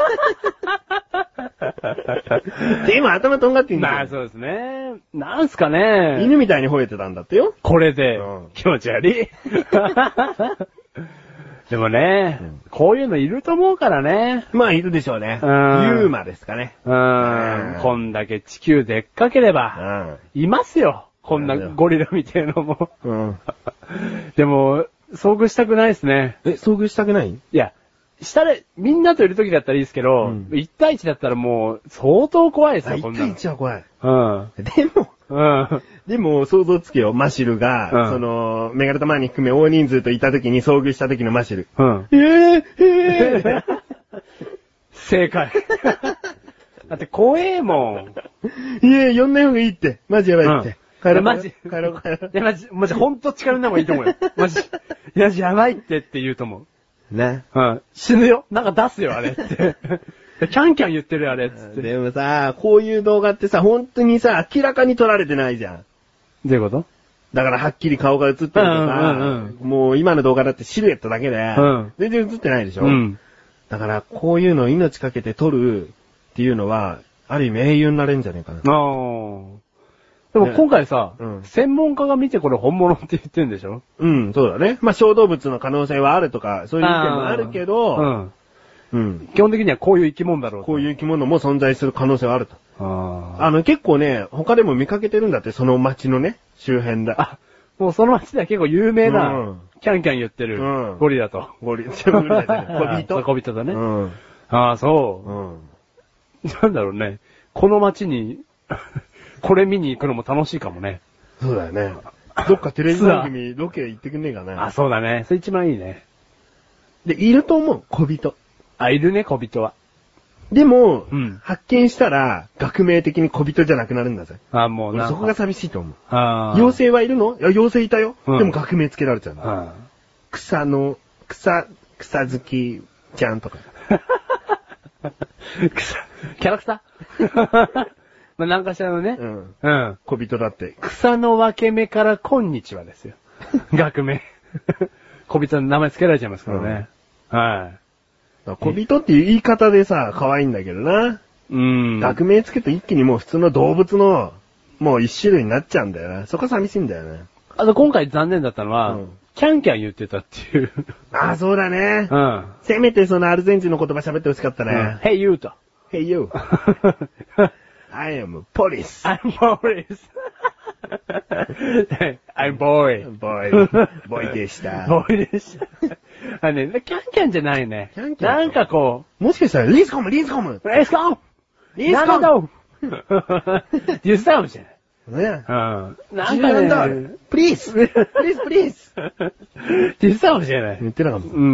A: で、今頭とんがってんだよ。
B: まあそうですね。なんすかね。
A: 犬みたいに吠えてたんだってよ。
B: これで、
A: うん、
B: 気持ち悪い。でもね、うん、こういうのいると思うからね。
A: まあいるでしょうね。
B: うん。
A: ユーマですかね。
B: うん。こんだけ地球でっかければ、うん、いますよ。こんなゴリラみたいのも。うん。でも、遭遇したくないですね。
A: え、遭遇したくない？
B: いや、したら、みんなといる時だったらいいですけど、うん、いち対いちだったらもう、相当怖いですよ、こんなの。
A: いち対いちは怖い。
B: うん。
A: でも、うん。でも、想像つけよ、マシルが、うん、その、メガネたまに含め大人数といた時に遭遇した時のマシル。
B: うん。
A: えー、えー、
B: 正解。だって怖えも
A: ん。いえ、呼んない方がいいって。マジやばいって。うん
B: 帰ろう、マジ。
A: 帰ろう、帰ろう。
B: いや、マジ、マジ、ほんと力抜いた方がいいと思うよ。マジ。いや、やばいってって言うと思う。
A: ね。
B: うん。死ぬよ。なんか出すよ、あれって。キャンキャン言ってるよ、あれっつって。
A: でもさ、こういう動画ってさ、本当にさ、明らかに撮られてないじゃん。
B: どういうこと？
A: だからはっきり顔が映ってるとか、うんうんうん、もう今の動画だってシルエットだけで、うん、全然映ってないでしょ、うん、だからこういうのを命かけて撮るっていうのは、ある意味英雄になれるんじゃねえかな。
B: あー。でも今回さ、ねうん、専門家が見てこれ本物って言ってるんでしょ？
A: うん、そうだね。まあ小動物の可能性はあるとか、そういう意見もあるけど、うんうん、
B: 基本的にはこういう生き物だろうと。
A: こういう生き物も存在する可能性はあると。あ, あの結構ね、他でも見かけてるんだって、その町のね、周辺だ。
B: あ、もうその町では結構有名な、うん、キャンキャン言ってる、うん、ゴリラと。
A: ゴリラ、ゴリラじゃない。小人。
B: 小人だね。うん、ああ、そう、うん。なんだろうね。この町に、これ見に行くのも楽しいかもね。
A: そうだよね。どっかテレビ番組ロケ行ってくんねえかな。
B: あ、そうだね。それ一番いいね。
A: で、いると思う、小人。
B: あ、いるね、小人は。
A: でも、うん、発見したら、学名的に小人じゃなくなるんだぜ。
B: あ、もうな。
A: そこが寂しいと思う。あ妖精はいるの？いや、妖精いたよ。うん、でも学名つけられちゃうの。草の、草、草好きちゃんとか。
B: 草、キャラクターまあ、なんかしらのね。うん。うん。
A: 小人だって。
B: 草の分け目からこんにちはですよ。学名。小人の名前つけられちゃいますからね。うん、はい。
A: 小人っていう言い方でさ、可愛いんだけどな。うん。学名つけて一気にもう普通の動物の、もう一種類になっちゃうんだよな。そこ寂しいんだよね。
B: あと今回残念だったのは、うん、キャンキャン言ってたっていう。
A: ああ、そうだね。うん。せめてそのアルゼンチンの言葉喋ってほしかったね。うん、
B: Hey you と。
A: Hey you. I am police.
B: I'm police. I'm boy.
A: boy. boy でした。
B: boy でした。あね、キャンキャンじゃないね。キャンキャンなんかこ
A: う。もしかしたら、リースコムリースコム
B: リースコムリースコム言ってたかもしれない。
A: ね。
B: うん。
A: なんかね、プリースプリースプリース
B: 言ってたかもしれない。
A: 言ってなかった。
B: うん。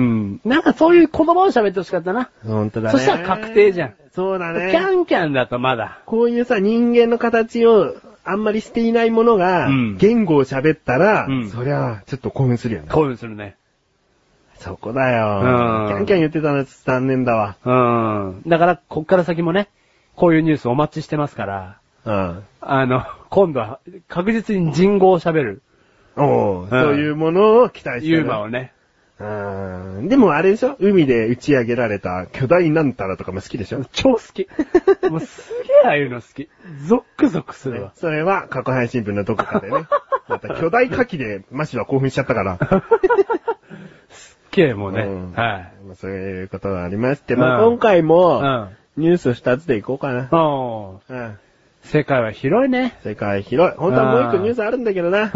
B: なんかそういう言葉を喋ってほしかったな。
A: ほんとだね。
B: そしたら確定じゃん。
A: そうだね。
B: キャンキャンだとまだ。
A: こういうさ、人間の形をあんまりしていないものが、うん、言語を喋ったら、うん、そりゃ、ちょっと興奮するよね。
B: 興奮するね。
A: そこだよ。うん。キャンキャン言ってたの残念だわ。
B: うん。だから、こっから先もね、こういうニュースお待ちしてますから、うん。あの、今度は確実に人語を喋る。
A: おう、うん、そういうものを期待してる。
B: ユーマをね。
A: うん。でもあれでしょ？海で打ち上げられた巨大なんたらとかも好きでしょ？
B: 超好き。もうすげえああいうの好き。ゾックゾクするわ。
A: ね、それは過去配信分のどこかでね。また巨大牡蠣でマシは興奮しちゃったから。
B: すっげえもうね。うん、はい。
A: まあ、そういうことがありまして、まあ今回も、ニュース二つでいこうかな。
B: うん。世界は広いね。
A: 世界広い。本当はもう一個ニュースあるんだけどな。うん。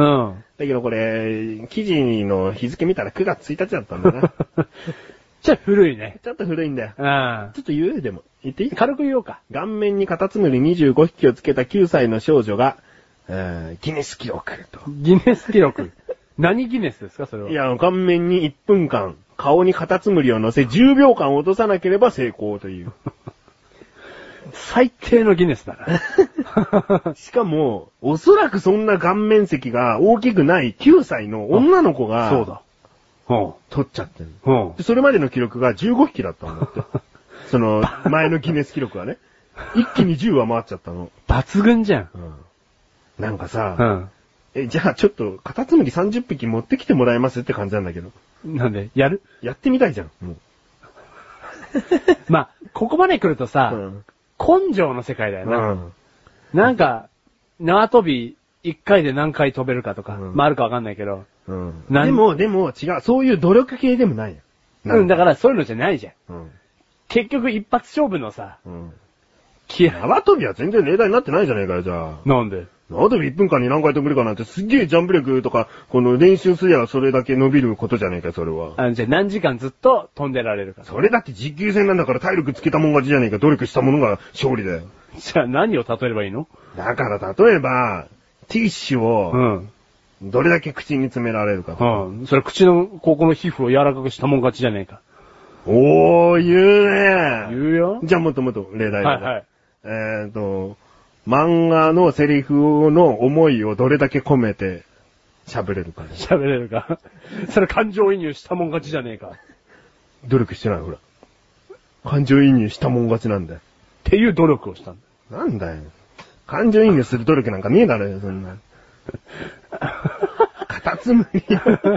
A: だけどこれ、記事の日付見たらくがつついたちだったんだな。
B: ちょっと古いね。
A: ちょっと古いんだよ。
B: うん。
A: ちょっと言うでも。言っていい？
B: 軽く言おうか。
A: 顔面にカタツムリにじゅうごひきをつけたきゅうさいの少女が、えー、ギネス記録と。
B: ギネス記録何ギネスですかそれは。
A: いや、顔面にいっぷんかん、顔にカタツムリを乗せじゅうびょうかん落とさなければ成功という。
B: 最低のギネスだ
A: な。しかも、おそらくそんな顔面積が大きくないきゅうさいの女の子が、
B: そうだ。
A: 取っちゃってる。でそれまでの記録がじゅうごひきだったんだって。 その、前のギネス記録はね。一気にじゅうは回っちゃったの。
B: 抜群じゃん。
A: うん。なんかさ、
B: うん。
A: え、じゃあちょっと、カタツムリさんじゅっぴき持ってきてもらえますって感じなんだけど。
B: なんで、やる
A: やってみたいじゃん、もう。
B: まあ、ここまで来るとさ、
A: うん。
B: 根性の世界だよな。
A: うん。
B: なんか、縄跳び一回で何回飛べるかとか、
A: うん
B: まああるかわかんないけど。
A: うん。
B: なん
A: でも、でも違う。そういう努力系でもないよ。
B: うん、だからそういうのじゃないじゃん。
A: うん。
B: 結局一発勝負のさ、
A: うん。
B: 気合。
A: 縄跳びは全然例題になってないじゃねえかよ、じゃあ。
B: なんで
A: 縄跳びいっぷんかんに何回飛べるかなんてすっげえジャンプ力とか、この練習すりゃそれだけ伸びることじゃねえかよ、それは。
B: あじゃあ何時間ずっと飛んでられるか。
A: それだって持久戦なんだから体力つけたもん勝ちじゃねえか、努力したものが勝利だよ。
B: じゃあ何を例えればいいの？
A: だから例えば、ティッシュ
B: う
A: を、
B: ん。
A: どれだけ口に詰められるかとか。
B: うん。それ口の、ここの皮膚を柔らかくしたもん勝ちじゃねえか。
A: おー、言うね
B: 言うよ。
A: じゃあもっともっと例題だ。
B: はいはい。
A: えーと、漫画のセリフの思いをどれだけ込めて喋れるかね。
B: 喋れるか。それ感情移入したもん勝ちじゃねえか。っ
A: 努力してない、ほら。感情移入したもん勝ちなんだよ。
B: ていう努力をしたんだ。
A: なんだよ。感情移入する努力なんかねえだろよ、そんな。カタツムリ。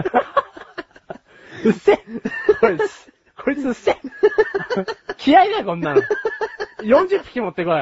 B: うっせこいつ、こいつうっせ気合だよ、こんなの。よんじゅっぴき持ってこい。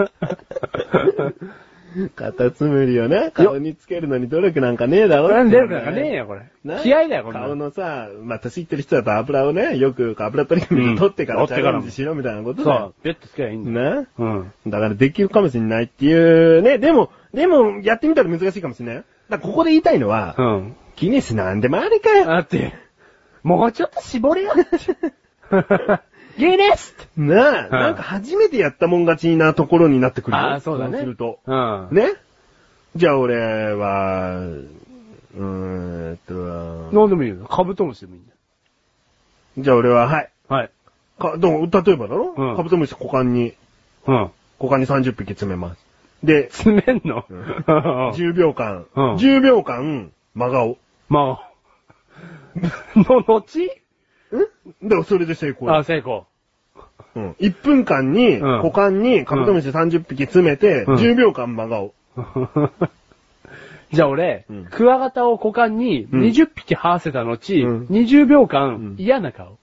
A: カタツムリをね、顔につけるのに努力なんかねえだろ。
B: なんで努力なんかねえよ、これ。気合だよ、こんな
A: 顔
B: の。
A: のさ、まあ、年いってる人だと油をね、よく油取り紙で取ってからチャレンジしろみたいなことだよ。
B: そう、ベッドつけりゃいいんだよ。
A: ね。
B: うん。
A: だからできるかもしれないっていうね。でも、でも、やってみたら難しいかもしれないよ。だからここで言いたいのは、
B: うん。
A: ギネスなんでもあれかよ。
B: だって、もうちょっと絞れよ。ギネス
A: なあ、なんか初めてやったもん勝ちなところになってくるよ。
B: ああ、そうだね。
A: すると。
B: うん。
A: ね。じゃあ俺は、うーんと、
B: なんでもいいよ。カブトムシでもいいんだよ。
A: じゃあ俺は、はい。
B: はい。
A: か、どう、例えばだろ
B: うん
A: カブトムシ股間に、
B: うん。
A: 股間にさんじゅっぴき詰めます。で、
B: 詰めんの
A: じゅうびょうかん、
B: うん
A: じゅうびょうかん、真顔。
B: まあ、の、後
A: んで、それで成功。
B: あ、成功。
A: うん。いっぷんかんに、
B: うん
A: 股間にカブトムシさんじゅっぴき詰めて、
B: うん
A: じゅうびょうかん真顔。
B: じゃあ俺、
A: うん
B: クワガタを股間ににじゅっぴき這わせた後、
A: うん
B: にじゅうびょうか
A: うん
B: ん嫌な顔。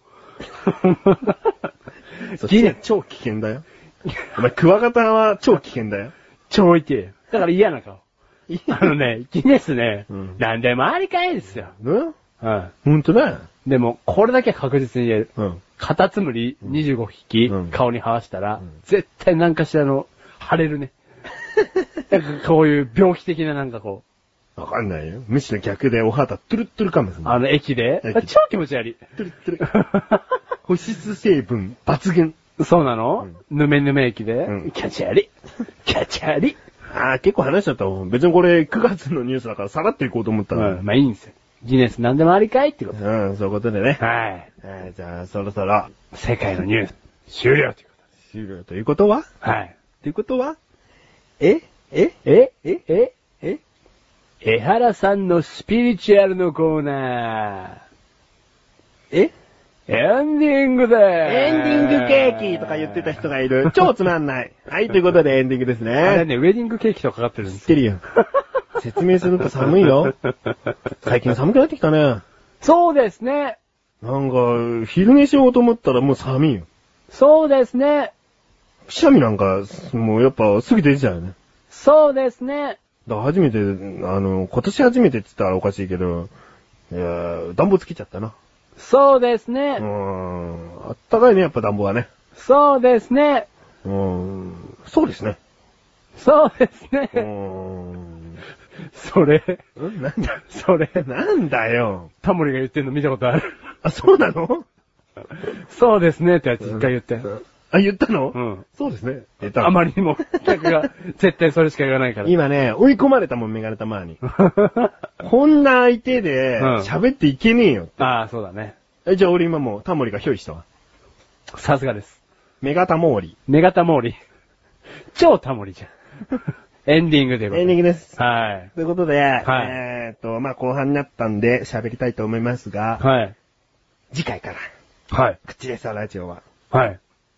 A: そして超危険だよ。お前、クワガタは超危険だよ。
B: 超痛い。だから嫌な顔。あのね、ギネスね、
A: うん
B: なんでもありかいですよ。
A: うん
B: うん。
A: ほんとだよ。
B: でも、これだけは確実に言える。
A: うん。
B: カタツムリにじゅうごひき、
A: うん
B: 顔に這わしたら、
A: うん
B: 絶対何かしらの、腫れるね。なんかこういう病気的ななんかこ
A: わかんないよ。むしろ逆でお肌トゥルットゥルかもしれ
B: う、
A: ない。
B: あの液で
A: 液、
B: 超気持ち悪い。
A: トゥルットゥル。保湿成分抜群。
B: そうなの、ぬめぬめ液で、
A: うん
B: キャチャリ。キャチャリ。
A: あー、結構話しちゃったもん。別にこれくがつのニュースだからさらっていこうと思った
B: う
A: の。
B: ん、まあいいんですよ。ギネス何でもありかいってこと。
A: うん、そういうことでね。
B: はい。
A: はい、じゃあ、そろそろ、
B: 世界のニュース、終了というこ
A: 終了ということは
B: と。はい。
A: ということはええ
B: え
A: え
B: え
A: え
B: 江原さんのスピリチュアルのコーナ
A: え
B: ー。エンディングでーす。
A: エンディングケーキとか言ってた人がいる。超つまんない。はい、ということでエンディングですね。
B: あれね、ウェディングケーキとかかかってるんです
A: 知ってるよ。説明すると寒いよ。最近寒くなってきたね。
B: そうですね。
A: なんか、昼寝しようと思ったらもう寒いよ。
B: そうですね。
A: くしゃみなんか、もうやっぱすぐ出ちゃうよね。
B: そうですね。
A: だから初めて、あの、今年初めてって言ったらおかしいけど、いやー暖房つけちゃったな。
B: そうです
A: う
B: ね。
A: ーん。あったかいね、やっぱ暖房はね。
B: そうですね。
A: うーん。そうですね。
B: そうですね。
A: うーん。
B: それ、
A: んなんだ、
B: それ、
A: なんだよ。
B: タモリが言ってんの見たことある。
A: あ、そうなの
B: そうですねってやつ一回言って。
A: あ、言ったの
B: うん。
A: そうですね。言ったの
B: あまりにも客が絶対それしか言わないから。
A: 今ね、追い込まれたもん、メガネたまに。こんな相手で
B: うん
A: 喋っていけねえよ。
B: ああ、そうだね。
A: え、じゃあ俺今もうタモリがひょいしたわ。
B: さすがです。
A: メガタモーリ。
B: メガタモーリ。超タモリじゃん。エンディングでござ
A: エン
B: いま
A: ディングです。
B: す。はい。
A: ということで、
B: はい
A: えーっと、まあ、後半になったんで喋りたいと思いますが、
B: はい。
A: 次回から、
B: はい。
A: 口レサラジオは、
B: はい。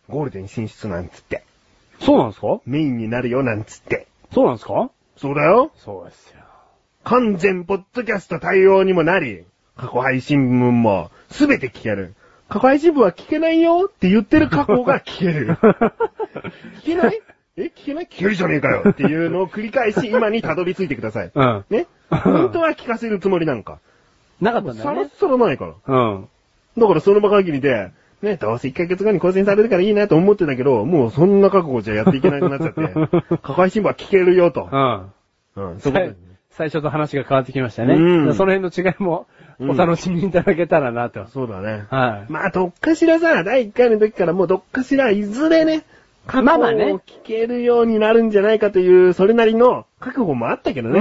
A: ゴールデン進出なんつって。
B: そうなんですか？
A: メインになるよなんつって。
B: そうなんですか？
A: そうだよ。
B: そうですよ。
A: 完全ポッドキャスト対応にもなり、過去配信分もすべて聞ける。過去配信分は聞けないよって言ってる過去が聞ける。聞けない？え聞けない？聞けるじゃねえかよっていうのを繰り返し今にたどり着いてください。
B: うん。
A: ね？本当は聞かせるつもりなんか。
B: なかったんだよね。
A: さらっさらないから。
B: うん。
A: だからその場限りで、ね、どうせいっかげつごに更新されるからいいなと思ってたけど、もうそんな覚悟じゃやっていけなくなっちゃって、過去配信分は聞けるよと。
B: うん。
A: うん。そこで。
B: 最初と話が変わってきましたね。
A: うん。
B: その辺の違いもお楽しみいただけたらなと。
A: うん、そうだね。
B: はい。
A: まあ、どっかしらさ、だいいっかいの時からもうどっかしらいずれね、過去を聞けるようになるんじゃないかという、それなりの覚悟もあったけどね。
B: うん。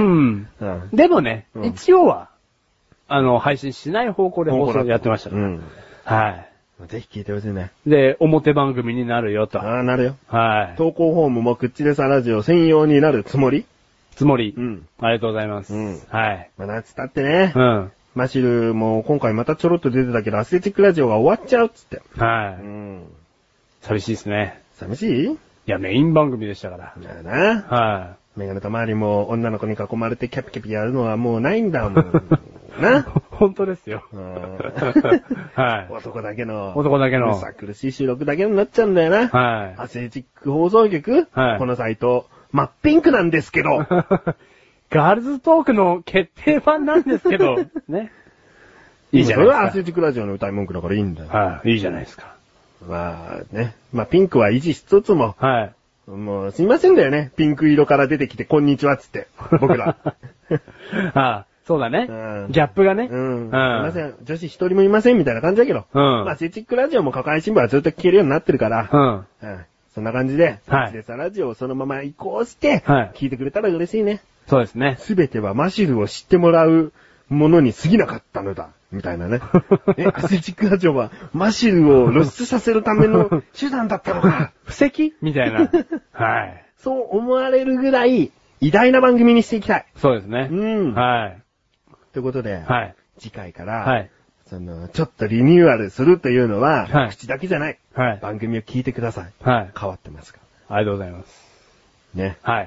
B: うん、でもね、うん、一応は、あの、配信しない方向で放送やってましたから。うん。はい。
A: ぜひ聞いてほしいね。
B: で、表番組になるよと。
A: ああ、なるよ。
B: はい。
A: 投稿フォームもクッチレサラジオ専用になるつもり
B: つもり。
A: うん。
B: ありがとうございます。うん。はい。
A: まあ、なんつったってね。
B: うん。
A: マシルも今回またちょろっと出てたけど、アスレチックラジオが終わっちゃうっつって。
B: はい。
A: うん。
B: 寂しいですね。
A: 寂しい？い
B: や、メイン番組でしたから。
A: だよな。
B: はい。
A: メガネと周りも女の子に囲まれてキャピキャピやるのはもうないんだもん。な。
B: 本当ですよ。はい。
A: 男だけの。
B: 男だけの。
A: うさ苦しい収録だけになっちゃうんだよな。
B: はい。
A: アスレチック放送局、はい、このサイト、真っピンクなんですけど。
B: ガールズトークの決定版なんですけど。ね。いいじゃないですか。
A: それはアスレチックラジオの歌い文句だからいいんだよ。
B: はい。いいじゃないですか。
A: まあね。まあピンクは維持しつつも。
B: はい。
A: もうすいませんだよね。ピンク色から出てきてこんにちはっつって。僕ら。
B: ああ、そうだね。うん、ギャップがね。
A: うん。うん、すいません。女子一人もいませんみたいな感じだけど。うん。まあアスレチックラジオも過去配信部はずっと聞けるようになってるから。うん。うん。そんな感じで、はい。レサラジオをそのまま移行して、はい。聞いてくれたら嬉しいね。
B: そうですね。
A: すべてはマシルを知ってもらうものに過ぎなかったのだ。みたいなね。え、アスレチックラジオはマシルを露出させるための手段だったのか。
B: 布石みたいな。はい。
A: そう思われるぐらい偉大な番組にしていきたい。
B: そうですね。
A: うん。
B: はい。
A: ということで、はい。次回から、
B: はい。
A: その、ちょっとリニューアルするというのは、
B: はい。
A: 口だけじゃない。はい。番組を聞いてください。
B: はい。
A: 変わってますから。
B: ありがとうございます。
A: ね。
B: はい。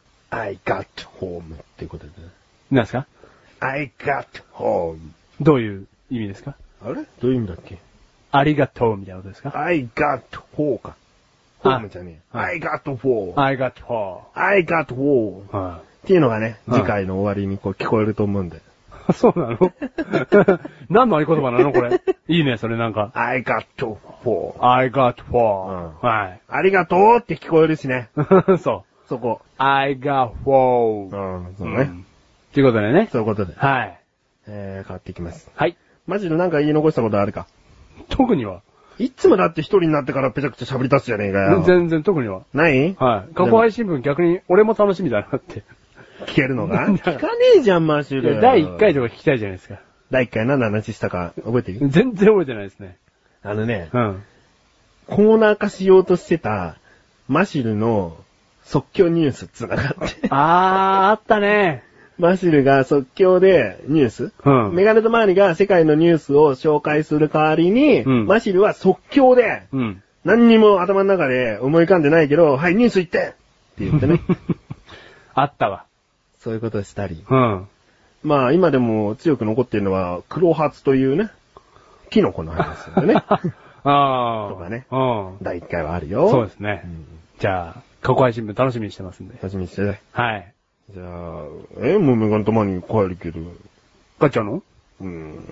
A: I got home っていうことで。
B: 何ですか？
A: I got home。
B: どういう意味ですか？
A: あれどういう意味だっけ？
B: ありがとうみたいなことですか？
A: I got home か。ホームじゃねえ。I got home。
B: I got home。
A: I got home。はい。っていうのがね、次回の終わりにこう聞こえると思うんで。
B: そうなの？何の合言葉なのこれ。いいね、それなんか。
A: I got home。
B: I got home。はい。
A: ありがとうって聞こえるしね。
B: そう。
A: そこ。
B: I got home。
A: うん、そうね。
B: ということでね。
A: そういうことで。
B: はい。
A: えー、変わっていきます。
B: はい。
A: マジでなんか言い残したことあるか？
B: 特には。
A: いつもだって一人になってからぺちゃくちゃ喋り出すじゃねえかよ。
B: 全然特には。
A: ない
B: はい。過去配信分逆に俺も楽しみだなって。
A: 聞けるのが聞かねえじゃん、マシュル。
B: だいいっかいとか聞きたいじゃないですか。
A: だいいっかい何の話したか覚えてる？
B: 全然覚えてないですね。
A: あのね、
B: うん。
A: コーナー化しようとしてたマシュルの即興ニュースつながって。
B: あー、あったね。
A: マシルが即興でニュース、うん、メガネと周りが世界のニュースを紹介する代わりに、うん、マシルは即興で、うん、何にも頭の中で思い浮かんでないけど、はい、ニュース言ってって言ってね。
B: あったわ。
A: そういうことしたり。
B: うん、
A: まあ、今でも強く残っているのは、黒髪というね、キノコの話ですよね。あ
B: あ。
A: とかね。
B: うん。
A: だいいっかいはあるよ。
B: そうですね。うん、じゃあ、過去配信分楽しみにしてますんで。
A: 楽しみにしてね。
B: はい。
A: じゃあ、えもうメガネたまに帰るけど。
B: 帰っちゃうの？
A: うん、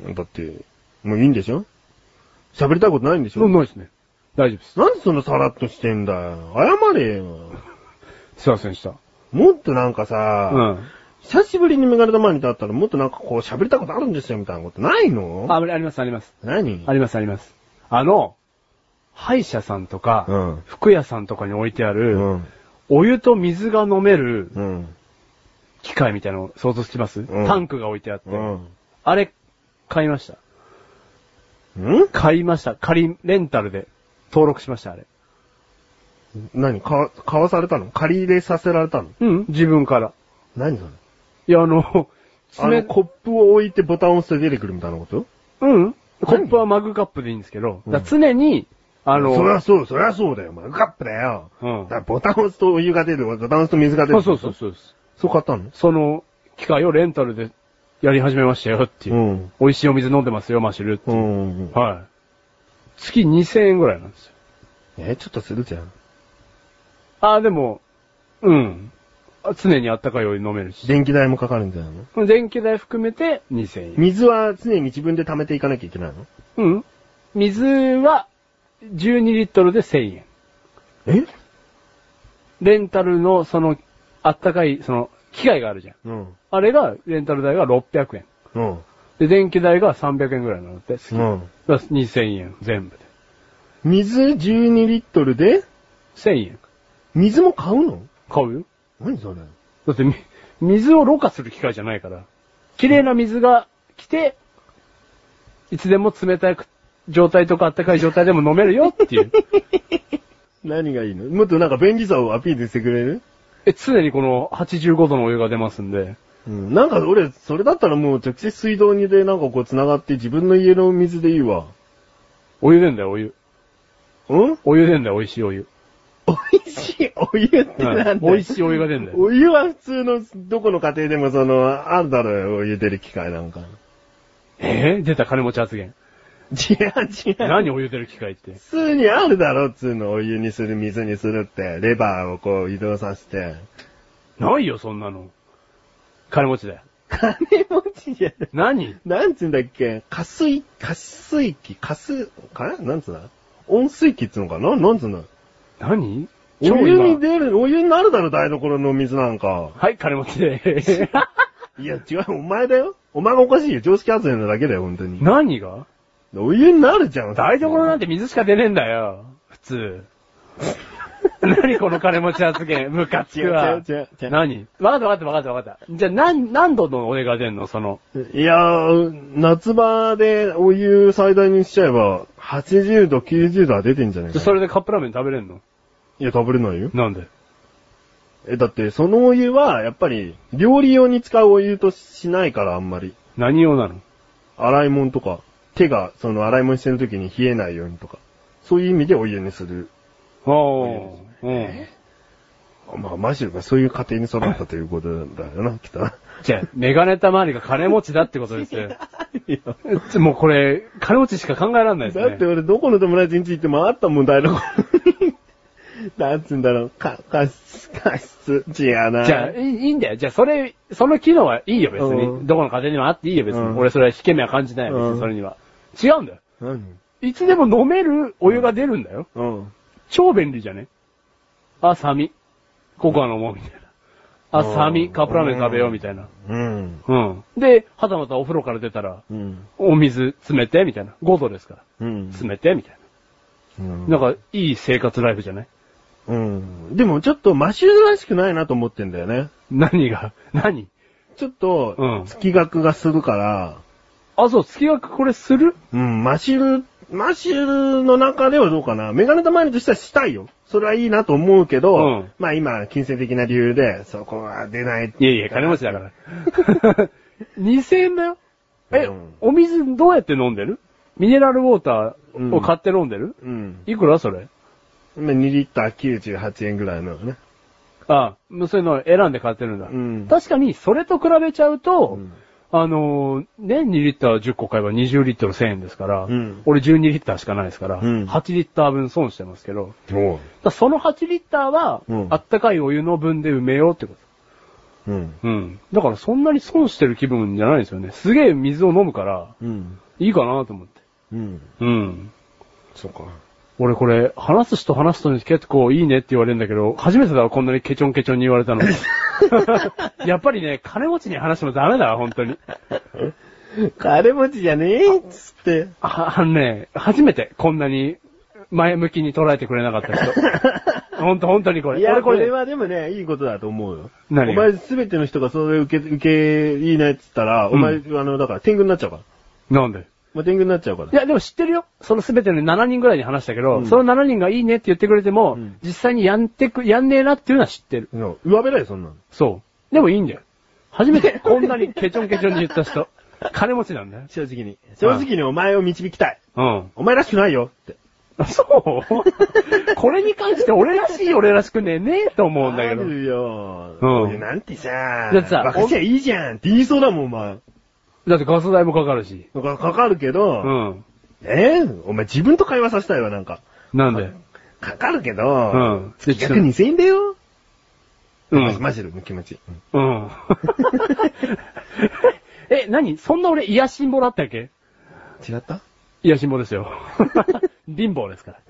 A: だって、もういいんでしょ？喋りたいことないんでしょ？
B: そう、ないですね。大丈夫です。
A: なんでそんなさらっとしてんだよ。謝れよ。
B: すいませんでした。
A: もっとなんかさ、うん、久しぶりにメガネたまにと会ったらもっとなんかこう喋りたいことあるんですよみたいなことないの？
B: あ、ありますあります。
A: 何？
B: ありますあります。あの、歯医者さんとか、うん、服屋さんとかに置いてある、うん、お湯と水が飲める、うん機械みたいなの想像つきます、うん、タンクが置いてあって。うん、あれ、買いました。
A: ん
B: 買いました。仮、レンタルで登録しました、あれ。
A: 何か、買わされたの？借り入れさせられたの？
B: うん、自分から。
A: 何それ？
B: いや、あの、
A: あのコップを置いてボタンを押して出てくるみたいなこと？
B: うん。コップはマグカップでいいんですけど、だ常にあの、
A: そりゃそう、そりゃそうだよ。マグカップだよ。
B: うん。
A: だからボタンを押すとお湯が出る、ボタンを押すと水が出る。
B: そうそうそうそう。
A: そう買ったの？
B: その機械をレンタルでやり始めましたよっていう。うん。美味しいお水飲んでますよ、マシルっていう。うん。はい。月にせんえんぐらいなんですよ。
A: え、ちょっとするじゃん。
B: あ、でも、うん。常にあったかいお湯飲めるし。
A: 電気代もかかるんじゃないの？
B: 電気代含めてにせんえん。
A: 水は常に自分で貯めていかなきゃいけないの？
B: うん。水はじゅうにリットルでせんえん。
A: え？レ
B: ンタルのその、あったかい、その、機械があるじゃん。うん。あれが、レンタル代がろっぴゃくえん。うん。で、電気代がさんびゃくえんぐらいなので、うん。だからにせんえん、全部で。
A: 水じゅうにリットルで
B: せんえん。
A: 水も買うの？
B: 買うよ。
A: 何それ？
B: だって、水をろ過する機械じゃないから。綺麗な水が来て、いつでも冷たい状態とかあったかい状態でも飲めるよっていう。
A: 何がいいの？もっとなんか便利さをアピールしてくれる？
B: え、常にこのはちじゅうごどのお湯が出ますんで。
A: うん。なんか俺、それだったらもう直接水道にでなんかこう繋がって自分の家の水でいいわ。
B: お湯出んだよ、お湯。
A: ん？
B: お湯出んだよ、美味しいお湯。
A: 美味しいお湯ってなんだよ、
B: 美味しいお湯が出んだよ。
A: お湯は普通の、どこの家庭でもその、あるだろうよ、お湯出る機械なんか。
B: えー、出た金持ち発言。
A: 違う違う。
B: 何お湯出る機械って。
A: 普通にあるだろ、つうの、お湯にする、水にするって。レバーをこう移動させて。
B: ないよ、そんなの。金持ちだよ。
A: 金持ちじゃない。
B: 何？
A: なんつうんだっけ？加水、加水器、加水、かなんつうんだ？温水器っつうのかな？なんつうんだ？
B: 何？
A: お湯に出る、お湯になるだろ、台所の水なんか。
B: はい、金持ちで。
A: いや、違う、お前だよ。お前がおかしいよ。常識外れなだけだよ、本当に。
B: 何が？
A: お湯になるじゃん。
B: 台所なんて水しか出ねえんだよ。普通。何この金持ち発言。ムカつくわ。違う違う違う。何？わかったわかったわかったわかった。じゃあ何、何度のお湯が出んのその。
A: いやー、夏場でお湯最大にしちゃえば、はちじゅうど、きゅうじゅうどは出てんじゃないかな。
B: それでカップラーメン食べれんの？
A: いや、食べれないよ。
B: なんで？
A: え、だって、そのお湯は、やっぱり、料理用に使うお湯としないから、あんまり。
B: 何用なの？
A: 洗い物とか、手が、その洗い物してる時に冷えないようにとか。そういう意味でお湯にする。
B: おー。うん。
A: まあ、マジでそういう家庭に育ったということだよな、きっと。
B: じゃあ、メガネたまわりが金持ちだってことですよ。もうこれ、金持ちしか考えられないですね。
A: だって俺、どこの友達についてもあったもん、台所に。なんつうんだろう、か、加湿、加湿、違うな。
B: じゃあ、いいんだよ。じゃあ、それ、その機能はいいよ、別に。うん、どこの家庭にもあっていいよ、別に。うん、俺、それは引け目は感じないよ、別に、それには。違うんだよ。
A: 何？
B: いつでも飲めるお湯が出るんだよ。うん。超便利じゃね？あ、寒い。ココア飲もう、みたいな。あ、寒い。カップラーメン食べよう、みたいな。うん。うん。で、はたまたお風呂から出たら、うん、お水詰めて、みたいな。ごどですから。うん。詰めて、みたいな。うん。なんか、いい生活ライフじゃない？
A: うん。でもちょっとマシュルらしくないなと思ってんだよね。
B: 何が？何？
A: ちょっと、うん。月額がするから。
B: あ、そう、月額これする？
A: うん、マシュル、マシュルの中ではどうかな。メガネたまわりとしてはしたいよ。それはいいなと思うけど、うん、まあ今、金銭的な理由で、そこは出ない。
B: いやいや、金持ちだから。にせんえんだよ。え、うん、お水どうやって飲んでる？ミネラルウォーターを買って飲んでる？うん。いくらそれ？
A: にリッターきゅうじゅうはちえんぐらいのね。
B: ああ、そういうの選んで買ってるんだ。うん、確かに、それと比べちゃうと、うん、あのー、年にリッターじゅっこ買えばにじゅうリットルせんえんですから、うん、俺じゅうにリッターしかないですから、うん、はちリッター分損してますけど、だそのはちリッターは、うん、あったかいお湯の分で埋めようってこと。うん。うん。だからそんなに損してる気分じゃないんですよね。すげえ水を飲むから、うん、いいかなと思って。うん。うん。
A: そうか。
B: 俺これ、話す人話す人に結構いいねって言われるんだけど、初めてだわ、こんなにケチョンケチョンに言われたの。やっぱりね、金持ちに話してもダメだわ、本当に。
A: 金持ちじゃねえっつって。
B: あ、あのね、初めてこんなに前向きに捉えてくれなかった人。ほんと、ほんとにこれ。
A: いや、これはでもね、いいことだと思うよ。何？お前すべての人がそれ受け、受け、いいねって言ったら、うん、お前、あの、だから天狗になっちゃうから。
B: なんで？
A: まあ、天狗になっちゃうから。
B: いや、でも知ってるよ。そのすべてのななにんぐらいに話したけど、うん、そのななにんがいいねって言ってくれても、うん、実際にやんてく、やんねえなっていうのは知ってる。
A: 上辺だよ、そんなの。
B: そう。でもいいんだよ。初めてこんなにケチョンケチョンに言った人。金持ちなんだよ。
A: 正直に。正直にお前を導きたい。
B: うん。
A: お前らしくないよって。
B: そうこれに関して俺らしい俺らしくねえねえと思うんだけど。
A: あるよ。
B: うん
A: お湯なんてさ、
B: だってさ
A: バカしゃいいじゃんって言いそうだもん、お前。
B: だってガス代もかかるし。
A: だからかかるけど、
B: うん。
A: えー、お前自分と会話させたいわ、なんか。
B: なんで
A: かかるけど、
B: うん。
A: 月額にせんえんだよ。
B: うん。
A: マジマジで気持ち。
B: うん。え、何そんな俺癒しんぼだったっけ？
A: 違った
B: 癒しんぼですよ。貧乏ですから。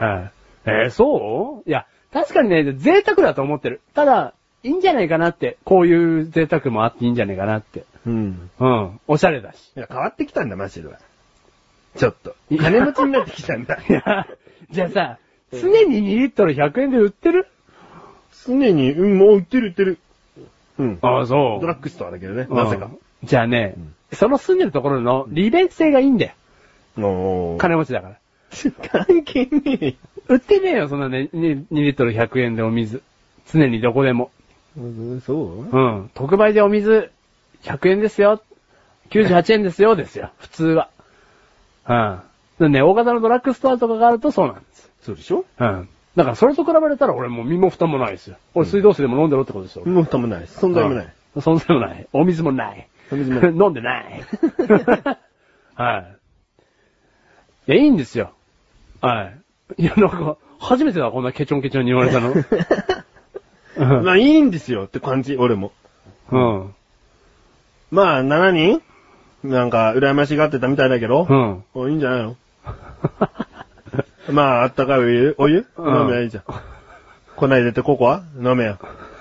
B: はい。えー、そういや、確かにね、贅沢だと思ってる。ただ、いいんじゃないかなって。こういう贅沢もあっていいんじゃないかなって。
A: うん。
B: うん。おしゃれだし。
A: いや、変わってきたんだ、マジでは。ちょっと。金持ちになってきたんだ。
B: いや、じゃあさ、常ににリットルひゃくえんで売ってる？
A: 常に、うん、もう売ってる売ってる。うん。
B: ああ、そう。
A: ドラッグストアだけどね、なぜか。
B: じゃあね、
A: うん、
B: その住んでるところの利便性がいいんだよ。
A: おー。
B: 金持ちだから。
A: 関係ねえ。
B: 売ってねえよ、そんなね、にリットルひゃくえんでお水。常にどこでも。
A: うん、そう
B: うん。特売でお水ひゃくえんですよ。きゅうじゅうはちえんですよ、ですよ。普通は。うん。でね、大型のドラッグストアとかがあるとそうなんです。
A: そうでしょ
B: うん。だからそれと比べたら俺もう身も蓋もないですよ。俺水道水でも飲んでろってことですよ。
A: もう蓋もない。存在もない。
B: 存在もない。お水もない。
A: お水もない。
B: 飲んでない。はい。いや、いいんですよ。はい。いや、なんか、初めてだ、こんなケチョンケチョンに言われたの。
A: まあ、いいんですよって感じ、俺も。
B: うん。
A: まあ、しちにんなんか、羨ましがってたみたいだけど。
B: うん。
A: おいいんじゃないのまあ、あったかいお湯お湯、うん、飲めばいいじゃん。粉入れてココア飲めよ。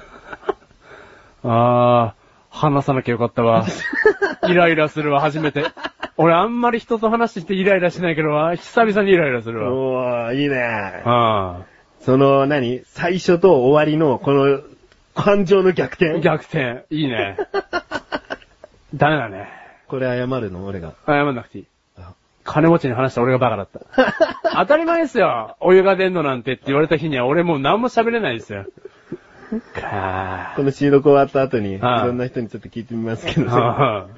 B: あー、話さなきゃよかったわ。イライラするわ、初めて。俺あんまり人と話してイライラしないけどわ、久々にイライラするわ。
A: おー、いいね。
B: あ
A: ー。その、何最初と終わりの、この、感情の逆転。
B: 逆転。いいね。ダメだね。
A: これ謝るの俺が。
B: 謝んなくていい。金持ちに話した俺がバカだった。当たり前ですよ。お湯が出んのなんてって言われた日には俺もう何も喋れないですよ。か
A: この収録終わった後に、いろんな人にちょっと聞いてみますけどね。
B: はい。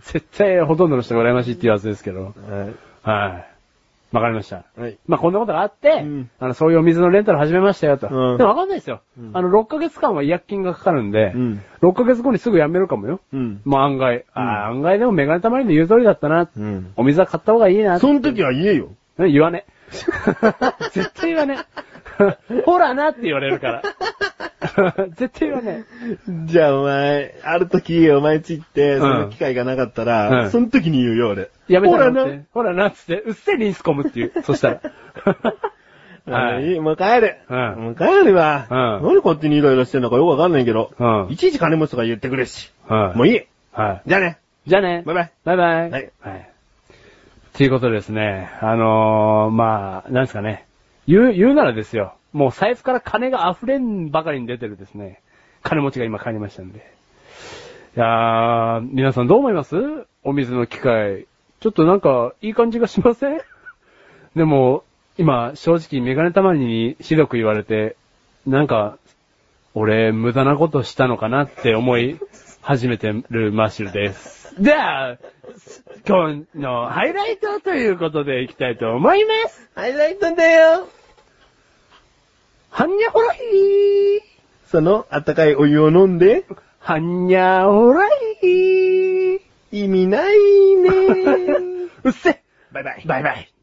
B: 絶対ほとんどの人が羨ましいって言うはずですけど。
A: はい。
B: はい。わかりました。
A: はい。
B: まあ、こんなことがあって、うん、あの、そういうお水のレンタル始めましたよと。うん、でもわかんないですよ。うん、あの、ろっかげつかんは違約金がかかるんで、うん、ろっかげつごにすぐ辞めるかもよ。うん。まあ、案外。ああ、案外でもメガネたまりの言う通りだったな。うん。お水は買った方がいいな。
A: その時は言えよ。
B: 言わね。絶対言わね。ほらなって言われるから。絶対言わね。
A: じゃあお前、ある時お前ち行って、その機会がなかったら、うん、その時に言うよ俺。
B: やめたらって。ほらなっつって、うっせえリンス込むっていう。そしたら。
A: はい。もう帰る。うん。もう帰るわ。うん。何こっちにイライラしてんのかよくわかんないけど。うん。いちいち金持ちとか言ってくれし。はい。もういい。はい。じゃあね。
B: じゃあね。
A: バイバイ。
B: バイバイ。
A: はい。
B: はい。ということでですね、あのー、まあ、なんですかね。言う、言うならですよ。もう財布から金が溢れんばかりに出てるですね。金持ちが今帰りましたんで。いやー、皆さんどう思います？お水の機械。ちょっとなんか、いい感じがしません？でも、今、正直メガネたまりにひどく言われて、なんか、俺、無駄なことしたのかなって思い始めてるマッシュルです。じゃあ、今日のハイライトということでいきたいと思います。
A: ハイライトだよ。
B: はんにゃほらひー。
A: その、あったかいお湯を飲んで、
B: はんにゃほらひー。
A: 意味ないねー。
B: うっせ。
A: バイバイ。
B: バイバイ。